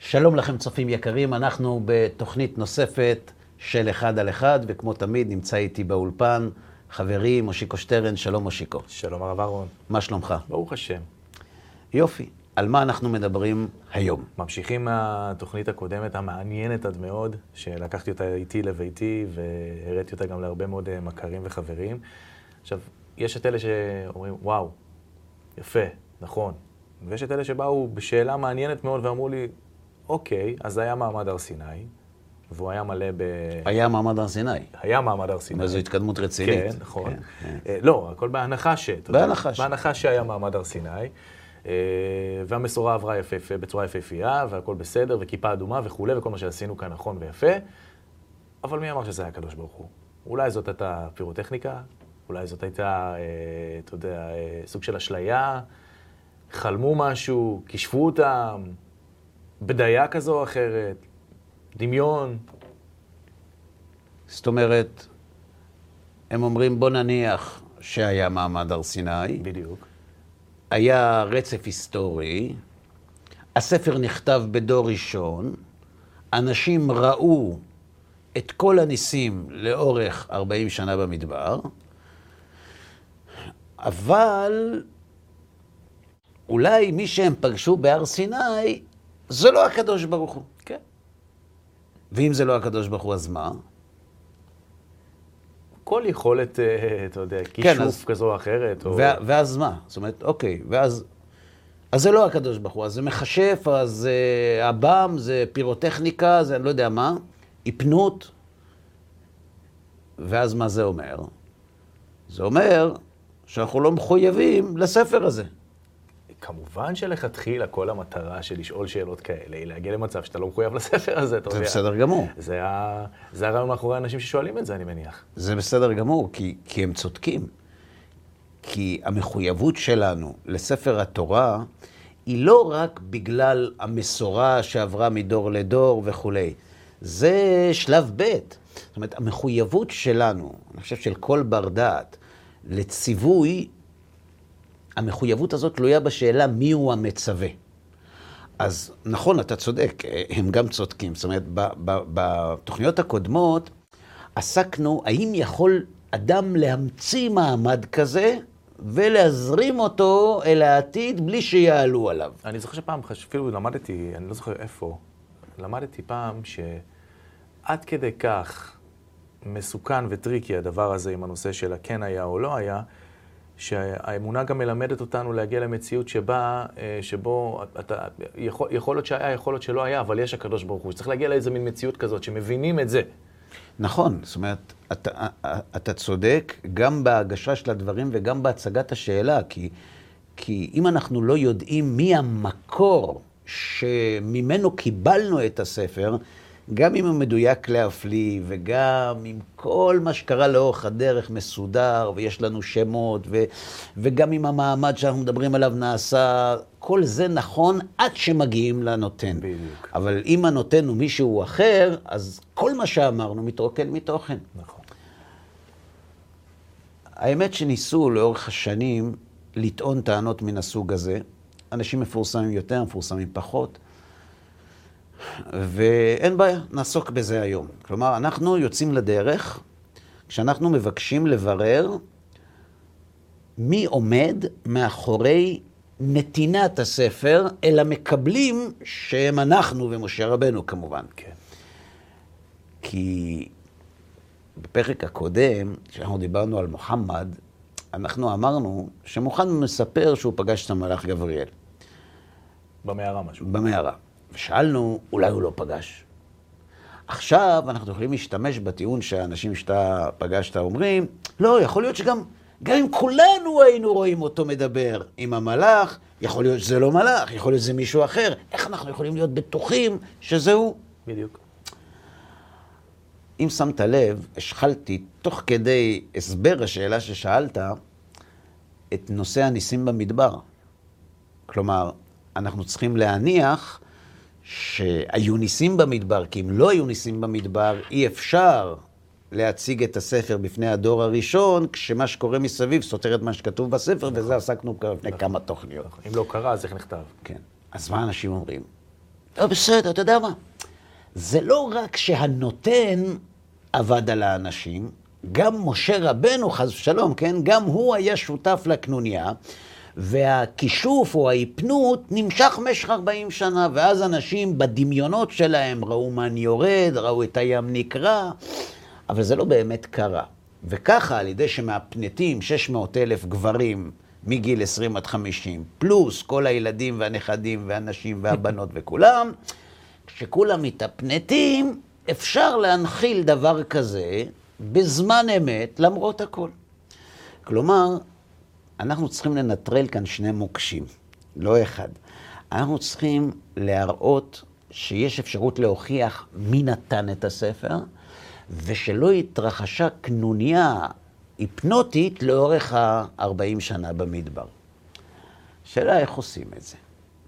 שלום לכם צופים יקרים, אנחנו בתוכנית נוספת של אחד על אחד, וכמו תמיד נמצא איתי באולפן חברי מושיקו שטרן. שלום מושיקו. שלום הרב אהרון. מה שלומך? ברוך השם. יופי. על מה אנחנו מדברים היום? ממשיכים מהתוכנית הקודמת המעניינת עד מאוד, שלקחתי אותה איתי לביתי והראיתי אותה גם להרבה מאוד מכרים וחברים. עכשיו, יש את אלה שאומרים, וואו, יפה, נכון. ויש את אלה שבאו בשאלה מעניינת מאוד ואמרו לי, אוקיי, אז זה היה מעמד הר סיני, והוא היה מלא היה מעמד הר סיני. היה מעמד הר סיני. וזו התקדמות רצינית. כן, נכון. לא, הכל בהנחה בהנחה שהיה מעמד הר סיני, והמסורה עברה בצורה יפהפייה, והכל בסדר, וכיפה אדומה וכו', וכל מה שעשינו כאן נכון ויפה, אבל מי אמר שזה היה הקדוש ברוך הוא? אולי זאת הייתה פירוטכניקה, אולי זאת הייתה, אתה יודע, סוג של אשליה, חלמו משהו, כישפו אותם, בדיה כזו או אחרת, דמיון. זאת אומרת, הם אומרים בוא נניח שהיה מעמד הר סיני. בדיוק. היה רצף היסטורי, הספר נכתב בדור ראשון, אנשים ראו את כל הניסים לאורך 40 שנה במדבר, אבל אולי מי שהם פגשו בהר סיני, זה לא הקדוש ברוך הוא. כן. ואם זה לא הקדוש ברוך הוא, אז מה? כל יכולת, אתה יודע, כישוף כן, כזו או אחרת. ואז מה? זאת אומרת, אוקיי, ואז זה לא הקדוש ברוך הוא, אז זה מחשף, אז זה הבם, זה פירוטכניקה, זה אני לא יודע מה, היפנות. ואז מה זה אומר? זה אומר שאנחנו לא מחויבים לספר הזה. כמובן שלכתחילה כל המטרה של לשאול שאלות כאלה היא להגיע למצב שאתה לא מחויב לספר הזה. זה בסדר גמור. זה הרעיון מאחורי האנשים ששואלים את זה, אני מניח. זה בסדר גמור, כי הם צודקים. כי המחויבות שלנו לספר התורה היא לא רק בגלל המסורה שעברה מדור לדור וכו'. זה שלב ב'. זאת אומרת, המחויבות שלנו, אני חושב של כל בר דעת, לציווי, המחויבות הזאת תלויה בשאלה מיהו המצווה. אז נכון, אתה צודק, הם גם צודקים. זאת אומרת, בתוכניות הקודמות עסקנו, האם יכול אדם להמציא מעמד כזה ולהזרים אותו אל העתיד בלי שיעלו עליו. אני זוכר שפעם, אפילו למדתי, אני לא זוכר איפה, למדתי פעם שעד כדי כך מסוכן וטריקי הדבר הזה עם הנושא של הכן היה או לא היה, שהאמונה גם מלמדת אותנו להגיע למציאות שבו יכול להיות שהיה, יכול להיות שלא היה, אבל יש הקדוש ברוך הוא. צריך להגיע לאיזה מין מציאות כזאת, שמבינים את זה. נכון, זאת אומרת, אתה צודק גם בהגשה של הדברים וגם בהצגת השאלה, כי אם אנחנו לא יודעים מי המקור שממנו קיבלנו את הספר, גם אם הוא מדויק להפליא, וגם אם כל מה שקרה לאורך הדרך מסודר, ויש לנו שמות, וגם אם המעמד שאנחנו מדברים עליו נעשה, כל זה נכון עד שמגיעים לנותן. בדיוק. אבל אם הנותן הוא מישהו אחר, אז כל מה שאמרנו מתרוקן מתוכן. נכון. האמת שניסו לאורך השנים לטעון טענות מן הסוג הזה. אנשים מפורסמים יותר, מפורסמים פחות. ואין בעיה, נעסוק בזה היום. כלומר, אנחנו יוצאים לדרך כשאנחנו מבקשים לברר מי עומד מאחורי נתינת הספר אל המקבלים שהם אנחנו ומשה רבנו כמובן. כן. כי בפרק הקודם, כשאנחנו דיברנו על מוחמד, אנחנו אמרנו שמוחמד מספר שהוא פגש את המלאך גבריאל. במערה משהו. במערה. ושאלנו, אולי הוא לא פגש. עכשיו אנחנו יכולים להשתמש בטיעון שהאנשים שאתה פגשת אומרים, לא, יכול להיות שגם אם כולנו היינו רואים אותו מדבר עם המלאך, יכול להיות שזה לא מלאך, יכול להיות שזה מישהו אחר. איך אנחנו יכולים להיות בטוחים שזהו? בדיוק. אם שמת לב, השחלתי תוך כדי הסבר השאלה ששאלת, את נושא הניסים במדבר. כלומר, אנחנו צריכים להניח שהיו ניסים במדבר, כי אם לא היו ניסים במדבר, אי אפשר להציג את הספר בפני הדור הראשון, כשמה שקורה מסביב סותר את מה שכתוב בספר, וזה עסקנו לפני כמה תוכניות. אם לא קרה, אז איך נכתב? כן. אז מה אנשים אומרים? בסדר, אתה יודע מה? זה לא רק שהנותן עבד על האנשים, גם משה רבנו, חס ושלום, כן? גם הוא היה שותף לקנוניה, והכישוף או ההיפנות נמשך משך 40 שנה, ואז אנשים בדמיונות שלהם ראו מן יורד, ראו את הים נקרא, אבל זה לא באמת קרה. וככה, על ידי שמהפנטים 600,000 גברים מגיל 20 עד 50, פלוס כל הילדים והנכדים והנשים והבנות וכולם, כשכולם מתפנטים, אפשר להנחיל דבר כזה בזמן אמת, למרות הכל. כלומר, אנחנו צריכים לנטרל כאן שני מוקשים, לא אחד. אנחנו צריכים להראות שיש אפשרות להוכיח מי נתן את הספר, ושלא התרחשה קנוניה היפנוטית לאורך ה-40 שנה במדבר. שאלה איך עושים את זה?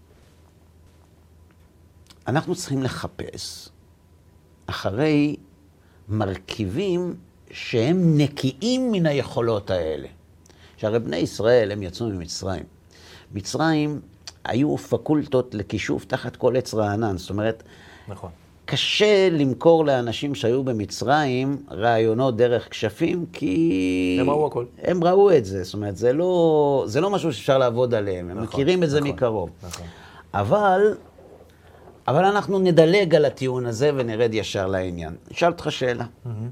אנחנו צריכים לחפש אחרי מרכיבים שהם נקיים מן היכולות האלה. שהרי בני ישראל הם יצאו ממצרים. מצרים היו פקולטות לכישוף תחת כל עץ רענן. זאת אומרת, נכון. קשה למכור לאנשים שהיו במצרים רעיונות דרך כשפים, כי הם ראו הכל. הם ראו את זה. זאת אומרת, זה לא משהו שאפשר לעבוד עליהם. הם מכירים את זה מקרוב. נכון. אבל אנחנו נדלג על הטיעון הזה ונרד ישר לעניין. אשאל אותך שאלה.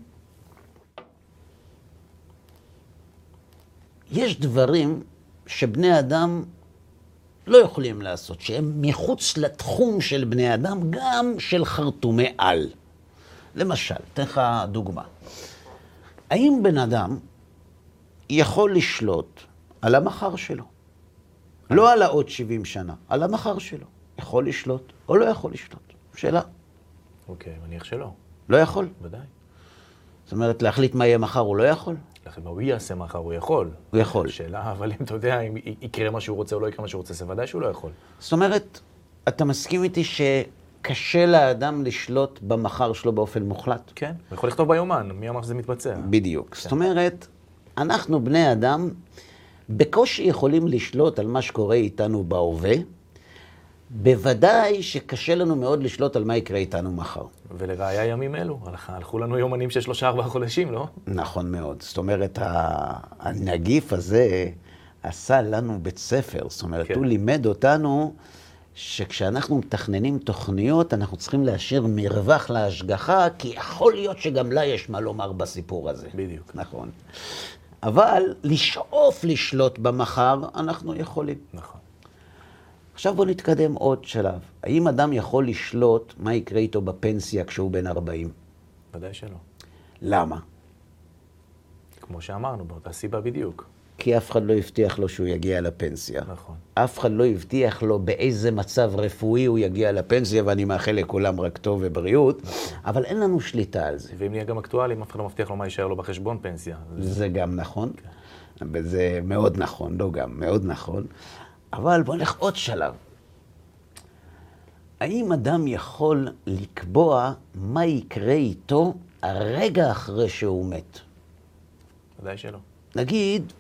יש דברים שבני אדם לא יכולים לעשות, שהם מחוץ לתחום של בני אדם, גם של חרטומי על. למשל, אתן לך דוגמה. האם בן אדם יכול לשלוט על המחר שלו? לא על העוד 70 שנה, על המחר שלו. יכול לשלוט או לא יכול לשלוט? שאלה. אוקיי, מניח שלא. לא יכול? ודאי. זאת אומרת, להחליט מה יהיה מחר הוא לא יכול? לכן מה הוא יעשה מחר, הוא יכול. הוא יכול. שאלה, אבל אם אתה יודע, אם יקרה מה שהוא רוצה או לא יקרה מה שהוא רוצה, זה ודאי שהוא לא יכול. זאת אומרת, אתה מסכים איתי שקשה לאדם לשלוט במחר שלו באופן מוחלט? כן, הוא יכול לכתוב ביומן, מי אמר שזה מתבצע? בדיוק. זאת אומרת, אנחנו בני אדם בקושי יכולים לשלוט על מה שקורה איתנו בהווה, בוודאי שקשה לנו מאוד לשלוט על מה יקרה איתנו מחר. ולראיה ימים אלו, הלכו לנו יומנים של 3-4 חודשים, לא? נכון מאוד. זאת אומרת, הנגיף הזה עשה לנו בית ספר. זאת אומרת, הוא לימד אותנו שכשאנחנו מתכננים תוכניות, אנחנו צריכים להשאיר מרווח להשגחה, כי יכול להיות שגם לה יש מה לומר בסיפור הזה. בדיוק. נכון. אבל לשאוף לשלוט במחר, אנחנו יכולים. נכון. עכשיו בוא נתקדם עוד שלב. האם אדם יכול לשלוט מה יקרה איתו בפנסיה כשהוא בן 40? ודאי שלא. למה? כמו שאמרנו, באותה סיבה בדיוק. כי אף אחד לא הבטיח לו שהוא יגיע לפנסיה. נכון. אף אחד לא הבטיח לו באיזה מצב רפואי הוא יגיע לפנסיה, ואני מאחל לכולם רק טוב ובריאות, נכון. אבל אין לנו שליטה על זה. ואם נהיה גם אקטואלים, אף אחד לא מבטיח לו מה יישאר לו בחשבון פנסיה. זה גם נכון. כן. וזה מאוד נכון, לא גם, מאוד נכון. אבל בוא נלך עוד שלב. האם אדם יכול לקבוע מה יקרה איתו הרגע אחרי שהוא מת? ודאי שלא. נגיד,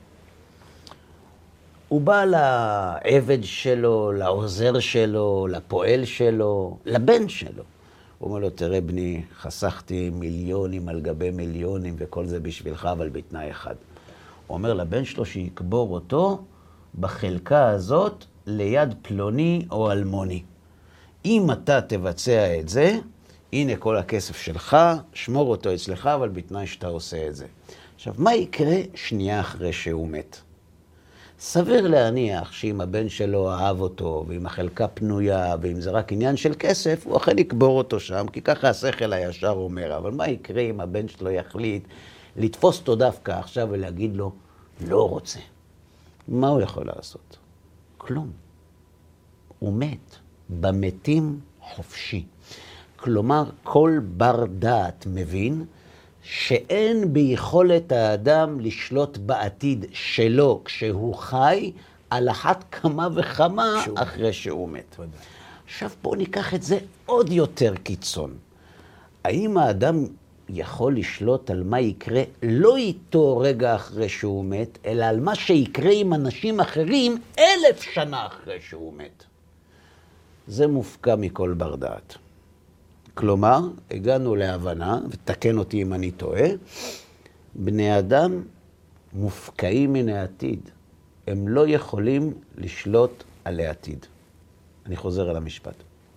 הוא בא לעבד שלו, לעוזר שלו, לפועל שלו, לבן שלו. הוא אומר לו, תראה בני, חסכתי מיליונים על גבי מיליונים וכל זה בשבילך, אבל בתנאי אחד. הוא אומר לבן שלו שיקבור אותו בחלקה הזאת ליד פלוני או אלמוני. אם אתה תבצע את זה, הנה כל הכסף שלך, שמור אותו אצלך, אבל בתנאי שאתה עושה את זה. עכשיו, מה יקרה שנייה אחרי שהוא מת? סביר להניח שאם הבן שלו אהב אותו, ואם החלקה פנויה, ואם זה רק עניין של כסף, הוא אכן יקבור אותו שם, כי ככה השכל הישר אומר. אבל מה יקרה אם הבן שלו יחליט לתפוס אותו דווקא עכשיו ולהגיד לו, לא רוצה? מה הוא יכול לעשות? כלום. הוא מת. במתים חופשי. כלומר, כל בר דעת מבין שאין ביכולת האדם לשלוט בעתיד שלו כשהוא חי, על אחת כמה וכמה אחרי שהוא מת. עכשיו בואו ניקח את זה עוד יותר קיצון. האם האדם יכול לשלוט על מה יקרה לא איתו רגע אחרי שהוא מת, אלא על מה שיקרה עם אנשים אחרים 1000 שנה אחרי שהוא מת? זה מופקע מכל בר דעת. כלומר, הגענו להבנה, ותקן אותי אם אני טועה, בני אדם מופקעים מן העתיד. הם לא יכולים לשלוט על העתיד. אני חוזר על המשפט.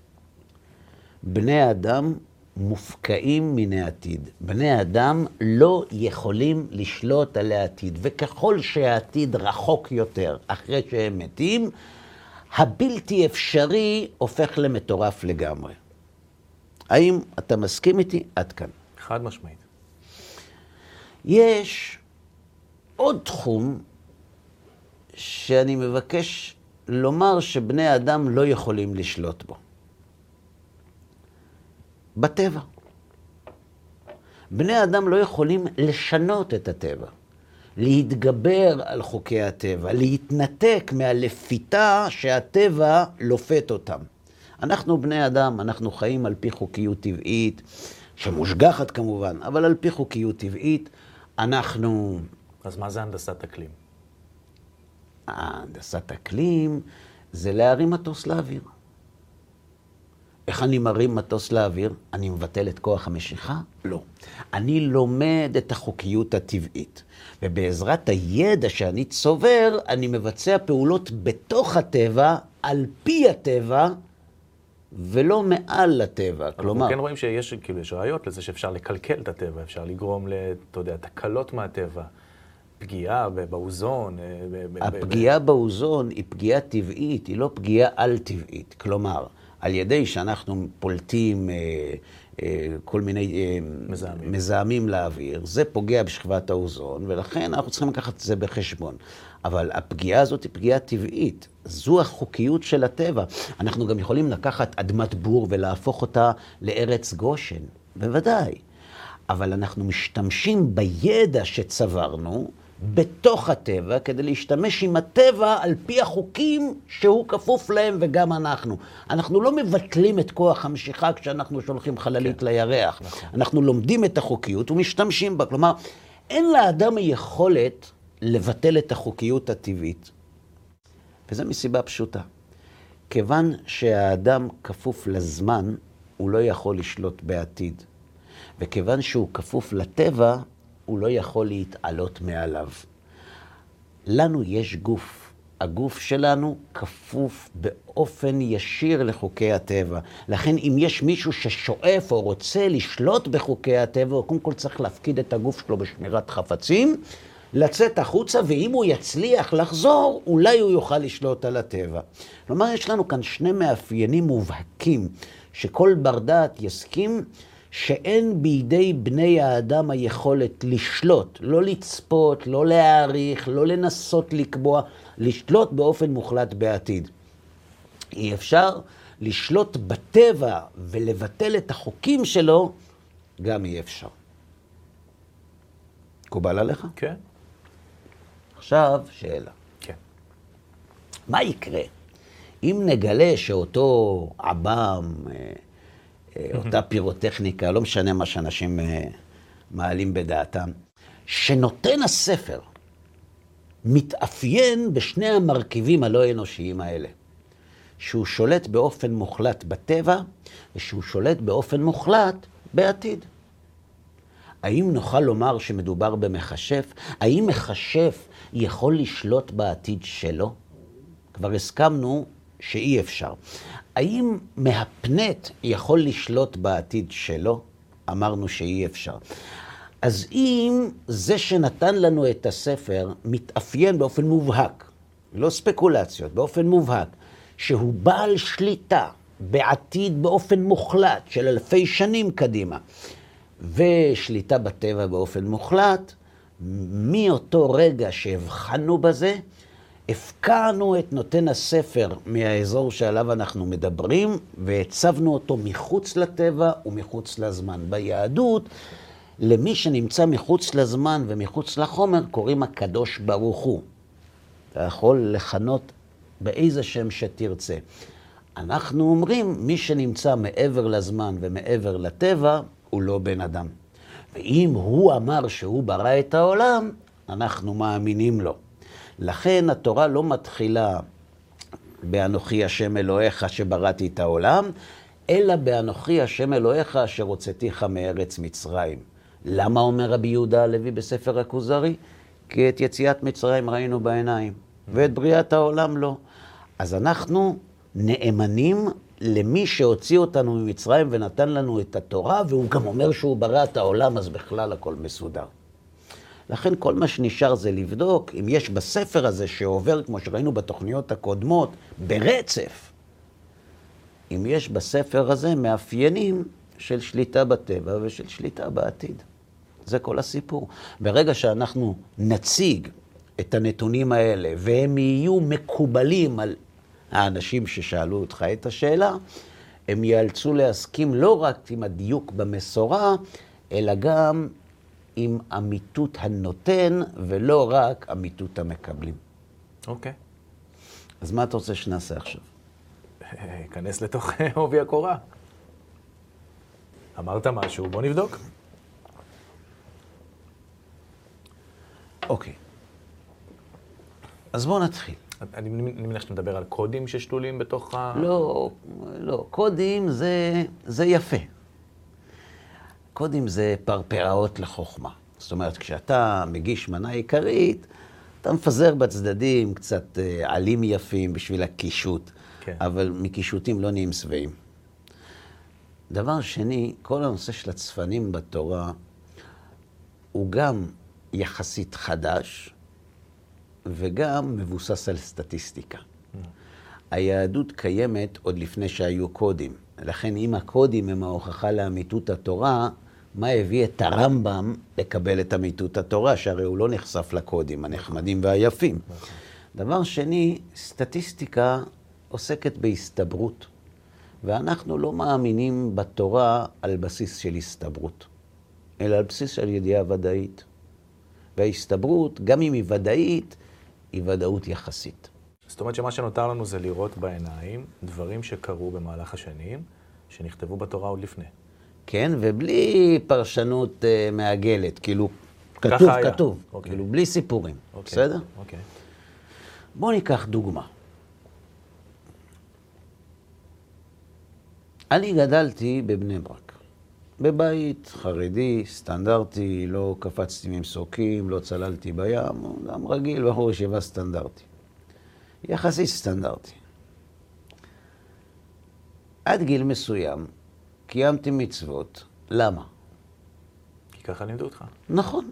בני אדם מופקעים מן העתיד. בני אדם לא יכולים לשלוט על העתיד, וככל שהעתיד רחוק יותר אחרי שהם מתים, הבלתי אפשרי הופך למטורף לגמרי. האם אתה מסכים איתי? עד כאן. חד משמעית. יש עוד תחום שאני מבקש לומר שבני אדם לא יכולים לשלוט בו. בטבע. בני אדם לא יכולים לשנות את הטבע, להתגבר על חוקי הטבע, להתנתק מהלפיתה שהטבע לופת אותם. אנחנו בני אדם, אנחנו חיים על פי חוקיות טבעית, שמושגחת כמובן, אבל על פי חוקיות טבעית, אנחנו... אז מה זה הנדסת אקלים? הנדסת אקלים זה להרים מטוס לאוויר. איך אני מרים מטוס לאוויר? אני מבטל את כוח המשיכה? לא. אני לומד את החוקיות הטבעית. ובעזרת הידע שאני צובר, אני מבצע פעולות בתוך הטבע, על פי הטבע, ולא מעל הטבע. כלומר... אנחנו כן רואים שיש ראיות לזה שאפשר לקלקל את הטבע, אפשר לגרום תקלות מהטבע. פגיעה באוזון. הפגיעה באוזון היא פגיעה טבעית, היא לא פגיעה על טבעית. כלומר, על ידי שאנחנו פולטים כל מיני מזהמים לאוויר, זה פוגע בשכבת האוזון, ולכן אנחנו צריכים לקחת את זה בחשבון. אבל הפגיעה הזאת היא פגיעה טבעית. זו החוקיות של הטבע. אנחנו גם יכולים לקחת אדמת בור ולהפוך אותה לארץ גושן, בוודאי. אבל אנחנו משתמשים בידע שצברנו בתוך הטבע, כדי להשתמש עם הטבע על פי החוקים שהוא כפוף להם וגם אנחנו. אנחנו לא מבטלים את כוח המשיכה כשאנחנו שולחים חללית כן. לירח. נכון. אנחנו לומדים את החוקיות ומשתמשים בה. כלומר, אין לאדם היכולת לבטל את החוקיות הטבעית. וזה מסיבה פשוטה. כיוון שהאדם כפוף לזמן, הוא לא יכול לשלוט בעתיד. וכיוון שהוא כפוף לטבע, הוא לא יכול להתעלות מעליו. לנו יש גוף. הגוף שלנו כפוף באופן ישיר לחוקי הטבע. לכן אם יש מישהו ששואף או רוצה לשלוט בחוקי הטבע, הוא קודם כל צריך להפקיד את הגוף שלו בשמירת חפצים, לצאת החוצה, ואם הוא יצליח לחזור, אולי הוא יוכל לשלוט על הטבע. כלומר, יש לנו כאן שני מאפיינים מובהקים, שכל בר דעת יסכים שאין בידי בני האדם היכולת לשלוט, לא לצפות, לא להעריך, לא לנסות לקבוע, לשלוט באופן מוחלט בעתיד. אי אפשר לשלוט בטבע ולבטל את החוקים שלו, גם אי אפשר. מקובל עליך? כן. עכשיו, שאלה. כן. מה יקרה אם נגלה שאותו עב"ם, אותה פירוטכניקה, לא משנה מה שאנשים מעלים בדעתם, שנותן הספר מתאפיין בשני המרכיבים הלא אנושיים האלה, שהוא שולט באופן מוחלט בטבע, ושהוא שולט באופן מוחלט בעתיד. האם נוכל לומר שמדובר במכשף? האם מכשף יכול לשלוט בעתיד שלו? כבר הסכמנו שאי אפשר. האם מהפנט יכול לשלוט בעתיד שלו? אמרנו שאי אפשר. אז אם זה שנתן לנו את הספר מתאפיין באופן מובהק, לא ספקולציות, באופן מובהק, שהוא בעל שליטה בעתיד באופן מוחלט של אלפי שנים קדימה, ושליטה בטבע באופן מוחלט, מאותו רגע שהבחנו בזה, הפקענו את נותן הספר מהאזור שעליו אנחנו מדברים, והצבנו אותו מחוץ לטבע ומחוץ לזמן. ביהדות, למי שנמצא מחוץ לזמן ומחוץ לחומר, קוראים הקדוש ברוך הוא. אתה יכול לכנות באיזה שם שתרצה. אנחנו אומרים, מי שנמצא מעבר לזמן ומעבר לטבע, הוא לא בן אדם. ואם הוא אמר שהוא ברא את העולם, אנחנו מאמינים לו. לכן התורה לא מתחילה באנוכי השם אלוהיך שבראתי את העולם, אלא באנוכי השם אלוהיך אשר הוצאתיך מארץ מצרים. למה אומר רבי יהודה הלוי בספר הכוזרי? כי את יציאת מצרים ראינו בעיניים, ואת בריאת העולם לא. אז אנחנו נאמנים למי שהוציא אותנו ממצרים ונתן לנו את התורה, והוא גם אומר שהוא ברא את העולם, אז בכלל הכל מסודר. לכן כל מה שנשאר זה לבדוק אם יש בספר הזה שעובר, כמו שראינו בתוכניות הקודמות, ברצף, אם יש בספר הזה מאפיינים של שליטה בטבע ושל שליטה בעתיד. זה כל הסיפור. ברגע שאנחנו נציג את הנתונים האלה, והם יהיו מקובלים על האנשים ששאלו אותך את השאלה, הם יאלצו להסכים לא רק עם הדיוק במסורה, אלא גם עם אמיתות הנותן, ולא רק אמיתות המקבלים. אוקיי. אז מה אתה רוצה שנעשה עכשיו? כנס לתוך עובי הקורה. אמרת משהו, בוא נבדוק. אוקיי. אז בואו נתחיל. אני מניח שאתה מדבר על קודים ששלולים בתוך לא. קודים זה יפה. קודים זה פרפראות לחוכמה. זאת אומרת, כשאתה מגיש מנה עיקרית, אתה מפזר בצדדים קצת עלים יפים בשביל הקישוט, כן. אבל מקישוטים לא נהיים שבעים. דבר שני, כל הנושא של הצפנים בתורה הוא גם יחסית חדש, וגם מבוסס על סטטיסטיקה. היהדות קיימת עוד לפני שהיו קודים. לכן אם הקודים הם ההוכחה לאמיתות התורה, מה הביא את הרמב"ם לקבל את אמיתות התורה, שהרי הוא לא נחשף לקודים הנחמדים והיפים. דבר שני, סטטיסטיקה עוסקת בהסתברות, ואנחנו לא מאמינים בתורה על בסיס של הסתברות, אלא על בסיס של ידיעה ודאית. וההסתברות, גם אם היא ודאית, היא ודאות יחסית. זאת אומרת שמה שנותר לנו זה לראות בעיניים דברים שקרו במהלך השנים, שנכתבו בתורה עוד לפני. כן, ובלי פרשנות מעגלת, כאילו כתוב, אוקיי. כאילו בלי סיפורים, אוקיי. בסדר? אוקיי. בואו ניקח דוגמה. אני גדלתי בבני ברק, בבית חרדי, סטנדרטי, לא קפצתי ממסוקים, לא צללתי בים, גם רגיל, בחור ישיבה סטנדרטי. יחסית סטנדרטי. עד גיל מסוים קיימתי מצוות. למה? כי ככה לימדו אותך. נכון.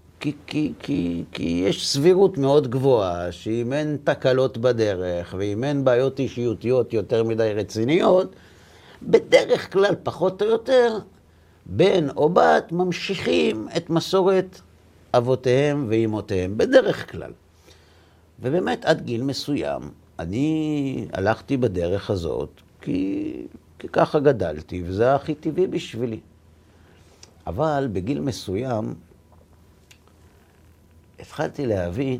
כי יש סבירות מאוד גבוהה, שאם אין תקלות בדרך, ואם אין בעיות אישיותיות יותר מדי רציניות, בדרך כלל, פחות או יותר, בן או בת ממשיכים את מסורת אבותיהם ואימותיהם, בדרך כלל. ובאמת, עד גיל מסוים, אני הלכתי בדרך הזאת, כי ככה גדלתי, וזה הכי טבעי בשבילי. אבל בגיל מסוים, התחלתי להבין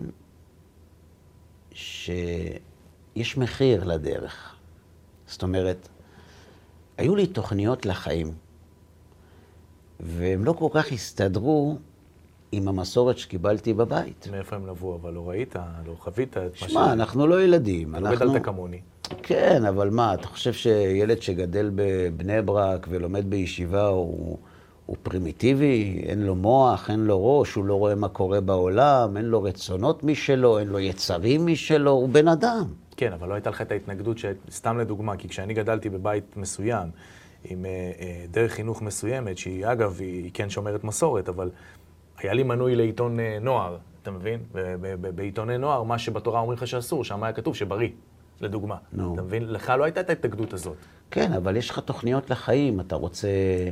שיש מחיר לדרך. זאת אומרת, היו לי תוכניות לחיים, והם לא כל כך הסתדרו עם המסורת שקיבלתי בבית. מאיפה הם לבוא? אבל לא ראית, לא חווית את מה שמע, אנחנו לא ילדים. לא גדלת כמוני. כן, אבל מה, אתה חושב שילד שגדל בבני ברק ולומד בישיבה הוא פרימיטיבי? אין לו מוח, אין לו ראש, הוא לא רואה מה קורה בעולם, אין לו רצונות משלו, אין לו יצרים משלו, הוא בן אדם. כן, אבל לא הייתה לך את ההתנגדות, סתם לדוגמה, כי כשאני גדלתי בבית מסוים, עם דרך חינוך מסוימת, שהיא אגב, היא כן שומרת מסורת, אבל היה לי מנוי לעיתון נוער, אתה מבין? בעיתוני נוער, מה שבתורה אומרים לך שאסור, שם היה כתוב שבריא, לדוגמה. אתה מבין? לך לא הייתה את ההתנגדות הזאת. כן, אבל יש לך תוכניות לחיים, אתה רוצה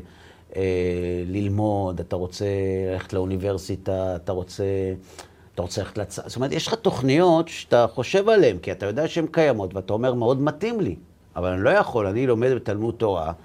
ללמוד, אתה רוצה ללכת לאוניברסיטה, אתה רוצה ללכת לצד. זאת אומרת, יש לך תוכניות שאתה חושב עליהן, כי אתה יודע שהן קיימות, ואתה אומר, מאוד מתאים לי. אבל אני לא יכול, אני לומד בתלמוד תורה,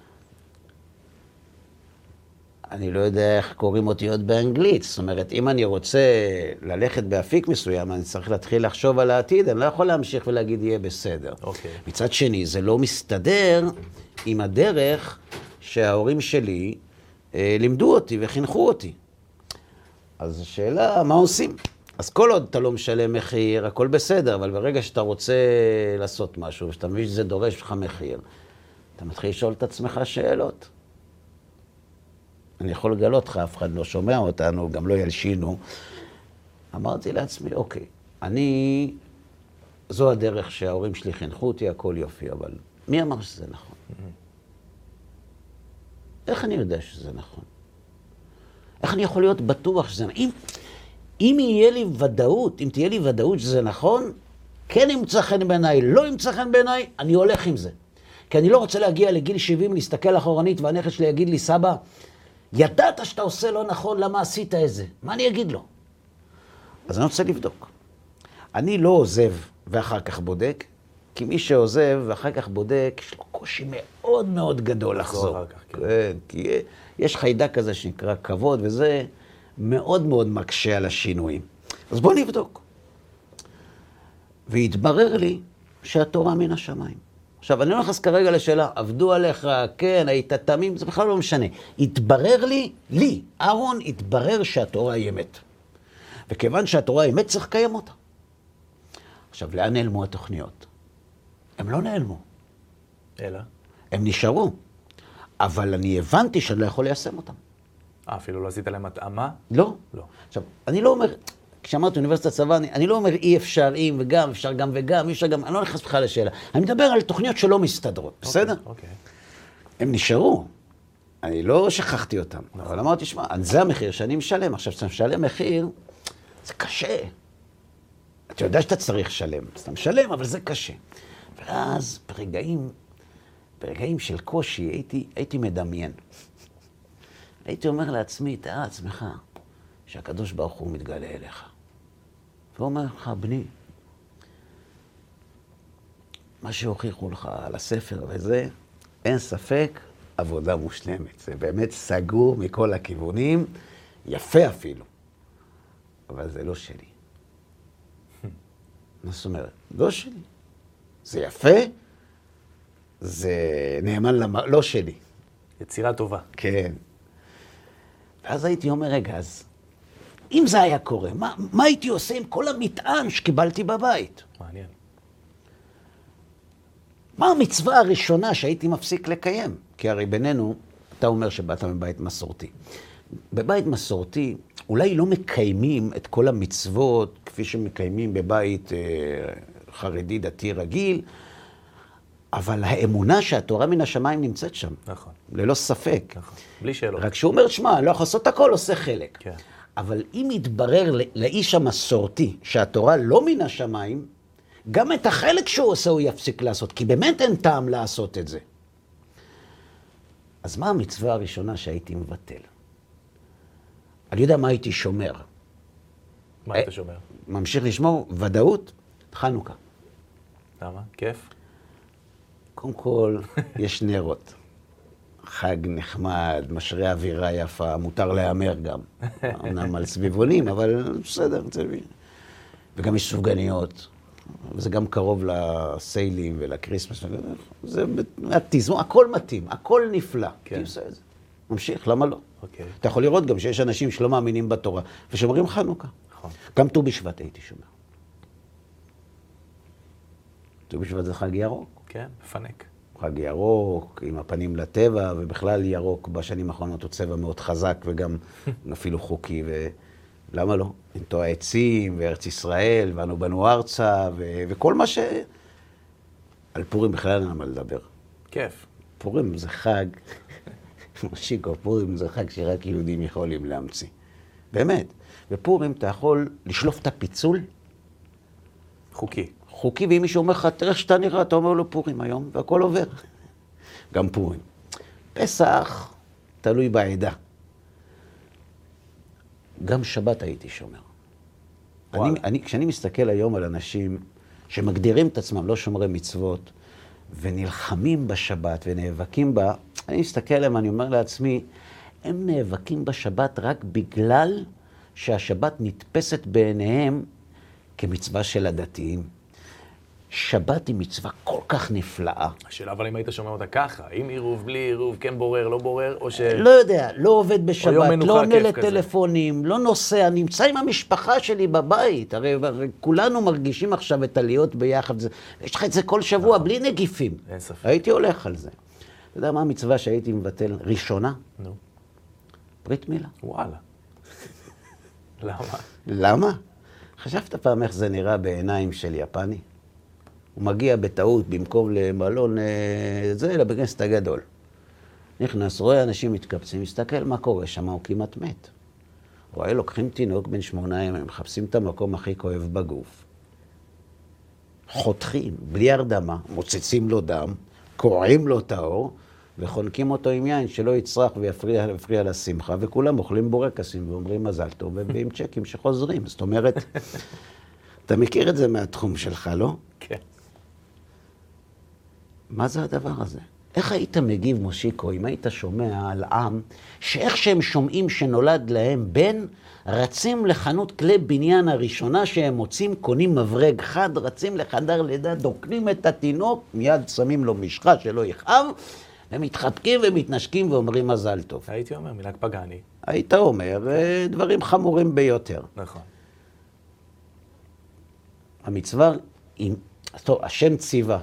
אני לא יודע איך קוראים אותיות באנגלית. זאת אומרת, אם אני רוצה ללכת באפיק מסוים, אני צריך להתחיל לחשוב על העתיד, אני לא יכול להמשיך ולהגיד, יהיה בסדר. מצד שני, זה לא מסתדר עם הדרך שההורים שלי לימדו אותי וחינכו אותי. אז השאלה, מה עושים? אז כל עוד אתה לא משלם מחיר, הכל בסדר, אבל ברגע שאתה רוצה לעשות משהו, ושאתה מבין שזה דורש לך מחיר, אתה מתחיל לשאול את עצמך שאלות. אני יכול לגלות לך, אף אחד לא שומע אותנו, גם לא ילשינו. אמרתי לעצמי, אוקיי, זו הדרך שההורים שלי חינכו אותי, הכל יופי, אבל מי אמר שזה נכון? איך אני יודע שזה נכון? איך אני יכול להיות בטוח שזה נכון? אם תהיה לי ודאות שזה נכון, כן ימצא חן בעיניי, לא ימצא חן בעיניי, אני הולך עם זה. כי אני לא רוצה להגיע לגיל 70, להסתכל אחורנית, והנכד שלי יגיד לי, סבא, ידעת שאתה עושה לא נכון, למה עשית את זה? מה אני אגיד לו? אז אני רוצה לבדוק. אני לא עוזב ואחר כך בודק, כי מי שעוזב ואחר כך בודק, יש לו קושי מאוד מאוד גדול לחזור. כן, כי יש חיידק כזה שנקרא כבוד, וזה מאוד מאוד מקשה על השינויים. אז בוא נבדוק. והתברר לי שהתורה מן השמיים. עכשיו, אני לא נכנס כרגע לשאלה, עבדו עליך, כן, היית תמים, זה בכלל לא משנה. התברר לי, אהרון, התברר שהתורה היא אמת. וכיוון שהתורה היא אמת, צריך לקיים אותה. עכשיו, לאן נעלמו התוכניות? הם לא נעלמו. אלא? הם נשארו. אבל אני הבנתי שאני לא יכול ליישם אותם. אפילו לא עשית להם התאמה? לא. עכשיו, אני לא אומר, כשאמרתי אוניברסיטת צבא, אני לא אומר אי אפשר אם וגם, אפשר גם וגם, אי אפשר גם, אני לא נכנס בכלל לשאלה. אני מדבר על תוכניות שלא מסתדרות, בסדר? אוקיי. הם נשארו. אני לא שכחתי אותם. אבל אמרתי, שמע, זה המחיר שאני משלם. עכשיו, כשאתה משלם מחיר, זה קשה. אתה יודע שאתה צריך לשלם. אז אתה משלם, אבל זה קשה. ואז ברגעים של קושי, הייתי מדמיין. הייתי אומר לעצמי, תאר לעצמך, שהקדוש ברוך הוא מתגלה אליך. והוא אומר לך, בני, מה שהוכיחו לך על הספר וזה, אין ספק, עבודה מושלמת. זה באמת סגור מכל הכיוונים, יפה אפילו. אבל זה לא שלי. מה זאת אומרת? לא שלי. זה יפה, זה נאמן לא שלי. יצירה טובה. כן. ואז הייתי אומר, רגע, אז אם זה היה קורה, מה הייתי עושה עם כל המטען שקיבלתי בבית? מעניין. מה המצווה הראשונה שהייתי מפסיק לקיים? כי הרי בינינו, אתה אומר שבאת מבית מסורתי. בבית מסורתי, אולי לא מקיימים את כל המצוות כפי שמקיימים בבית חרדי דתי רגיל, אבל האמונה שהתורה מן השמיים נמצאת שם. נכון. ללא ספק. נכון. בלי שאלות. רק שהוא אומר, שמה, לא יכול לעשות הכל, עושה חלק. כן. אבל אם יתברר לאיש המסורתי שהתורה לא מן השמיים, גם את החלק שהוא עושה הוא יפסיק לעשות, כי באמת אין טעם לעשות את זה. אז מה המצווה הראשונה שהייתי מבטל? אני יודע מה הייתי שומר. מה היית שומר? ממשיך לשמור ודאות, חנוכה. למה? כיף? קודם כל, יש נרות. חג נחמד, משרה אווירה יפה, מותר להיאמר גם. אמנם על סביבונים, אבל בסדר. וגם יש סופגניות. וזה גם קרוב לסיילים ולקריסמס. זה התזמון, הכל מתאים, הכל נפלא. כן. ממשיך, למה לא? אוקיי. אתה יכול לראות גם שיש אנשים שלא מאמינים בתורה, ושומרים חנוכה. נכון. גם ט"ו בשבט הייתי שומר. ט"ו בשבט זה חג ירוק. כן, מפנק. חג ירוק, עם הפנים לטבע, ובכלל ירוק בשנים האחרונות הוא צבע מאוד חזק, וגם אפילו חוקי, ולמה לא? נטוע עצים, וארץ ישראל, ואנו בנו ארצה, וכל מה ש... על פורים בכלל אין מה לדבר. כיף. פורים זה חג, משיקו, פורים זה חג שרק יהודים יכולים להמציא. באמת. בפורים אתה יכול לשלוף את הפיצול. חוקי. חוקי, ואם מישהו אומר לך, תראה שאתה נראה, אתה אומר לו פורים היום, והכל עובר. גם פורים. פסח, תלוי בעדה. גם שבת הייתי שומר. כשאני מסתכל היום על אנשים שמגדירים את עצמם, לא שומרי מצוות, ונלחמים בשבת ונאבקים בה, אני מסתכל עליהם, אני אומר לעצמי, הם נאבקים בשבת רק בגלל שהשבת נתפסת בעיניהם כמצווה של הדתיים. שבת היא מצווה כל כך נפלאה. השאלה, אבל אם היית שומע אותה ככה, עם עירוב, בלי עירוב, כן בורר, לא בורר, או ש... לא יודע, לא עובד בשבת, לא עונה לטלפונים, לא נוסע, נמצא עם המשפחה שלי בבית. הרי כולנו מרגישים עכשיו את עליות ביחד. יש לך את זה כל שבוע, בלי נגיפים. אין ספק. הייתי הולך על זה. אתה יודע מה המצווה שהייתי מבטל ראשונה? נו. ברית מילה. וואלה. למה? למה? חשבת פעם איך זה נראה בעיניים של יפני? הוא מגיע בטעות במקום למלון זה, אלא בכנסת הגדול. נכנס, רואה אנשים מתקבצים, מסתכל מה קורה שם, הוא כמעט מת. רואה, לוקחים תינוק בן 8 ימים, מחפשים את המקום הכי כואב בגוף. חותכים, בלי הרדמה, מוצצים לו דם, קורעים לו את האור, וחונקים אותו עם יין שלא יצרח ויפריע לשמחה, וכולם אוכלים בורקסים ואומרים מזל טוב, ועם צ'קים שחוזרים. זאת אומרת, אתה מכיר את זה מהתחום שלך, לא? כן. מה זה הדבר הזה? איך היית מגיב, מושיקו, אם היית שומע על עם, שאיך שהם שומעים שנולד להם בן, רצים לחנות כלי בניין הראשונה שהם מוצאים, קונים מברג חד, רצים לחדר לידה, דוקנים את התינוק, מיד שמים לו משחה שלא יכאב, ומתחבקים ומתנשקים ואומרים מזל טוב. הייתי אומר, מנהג פגני. היית אומר, דברים חמורים ביותר. נכון. המצווה, טוב, השם ציווה,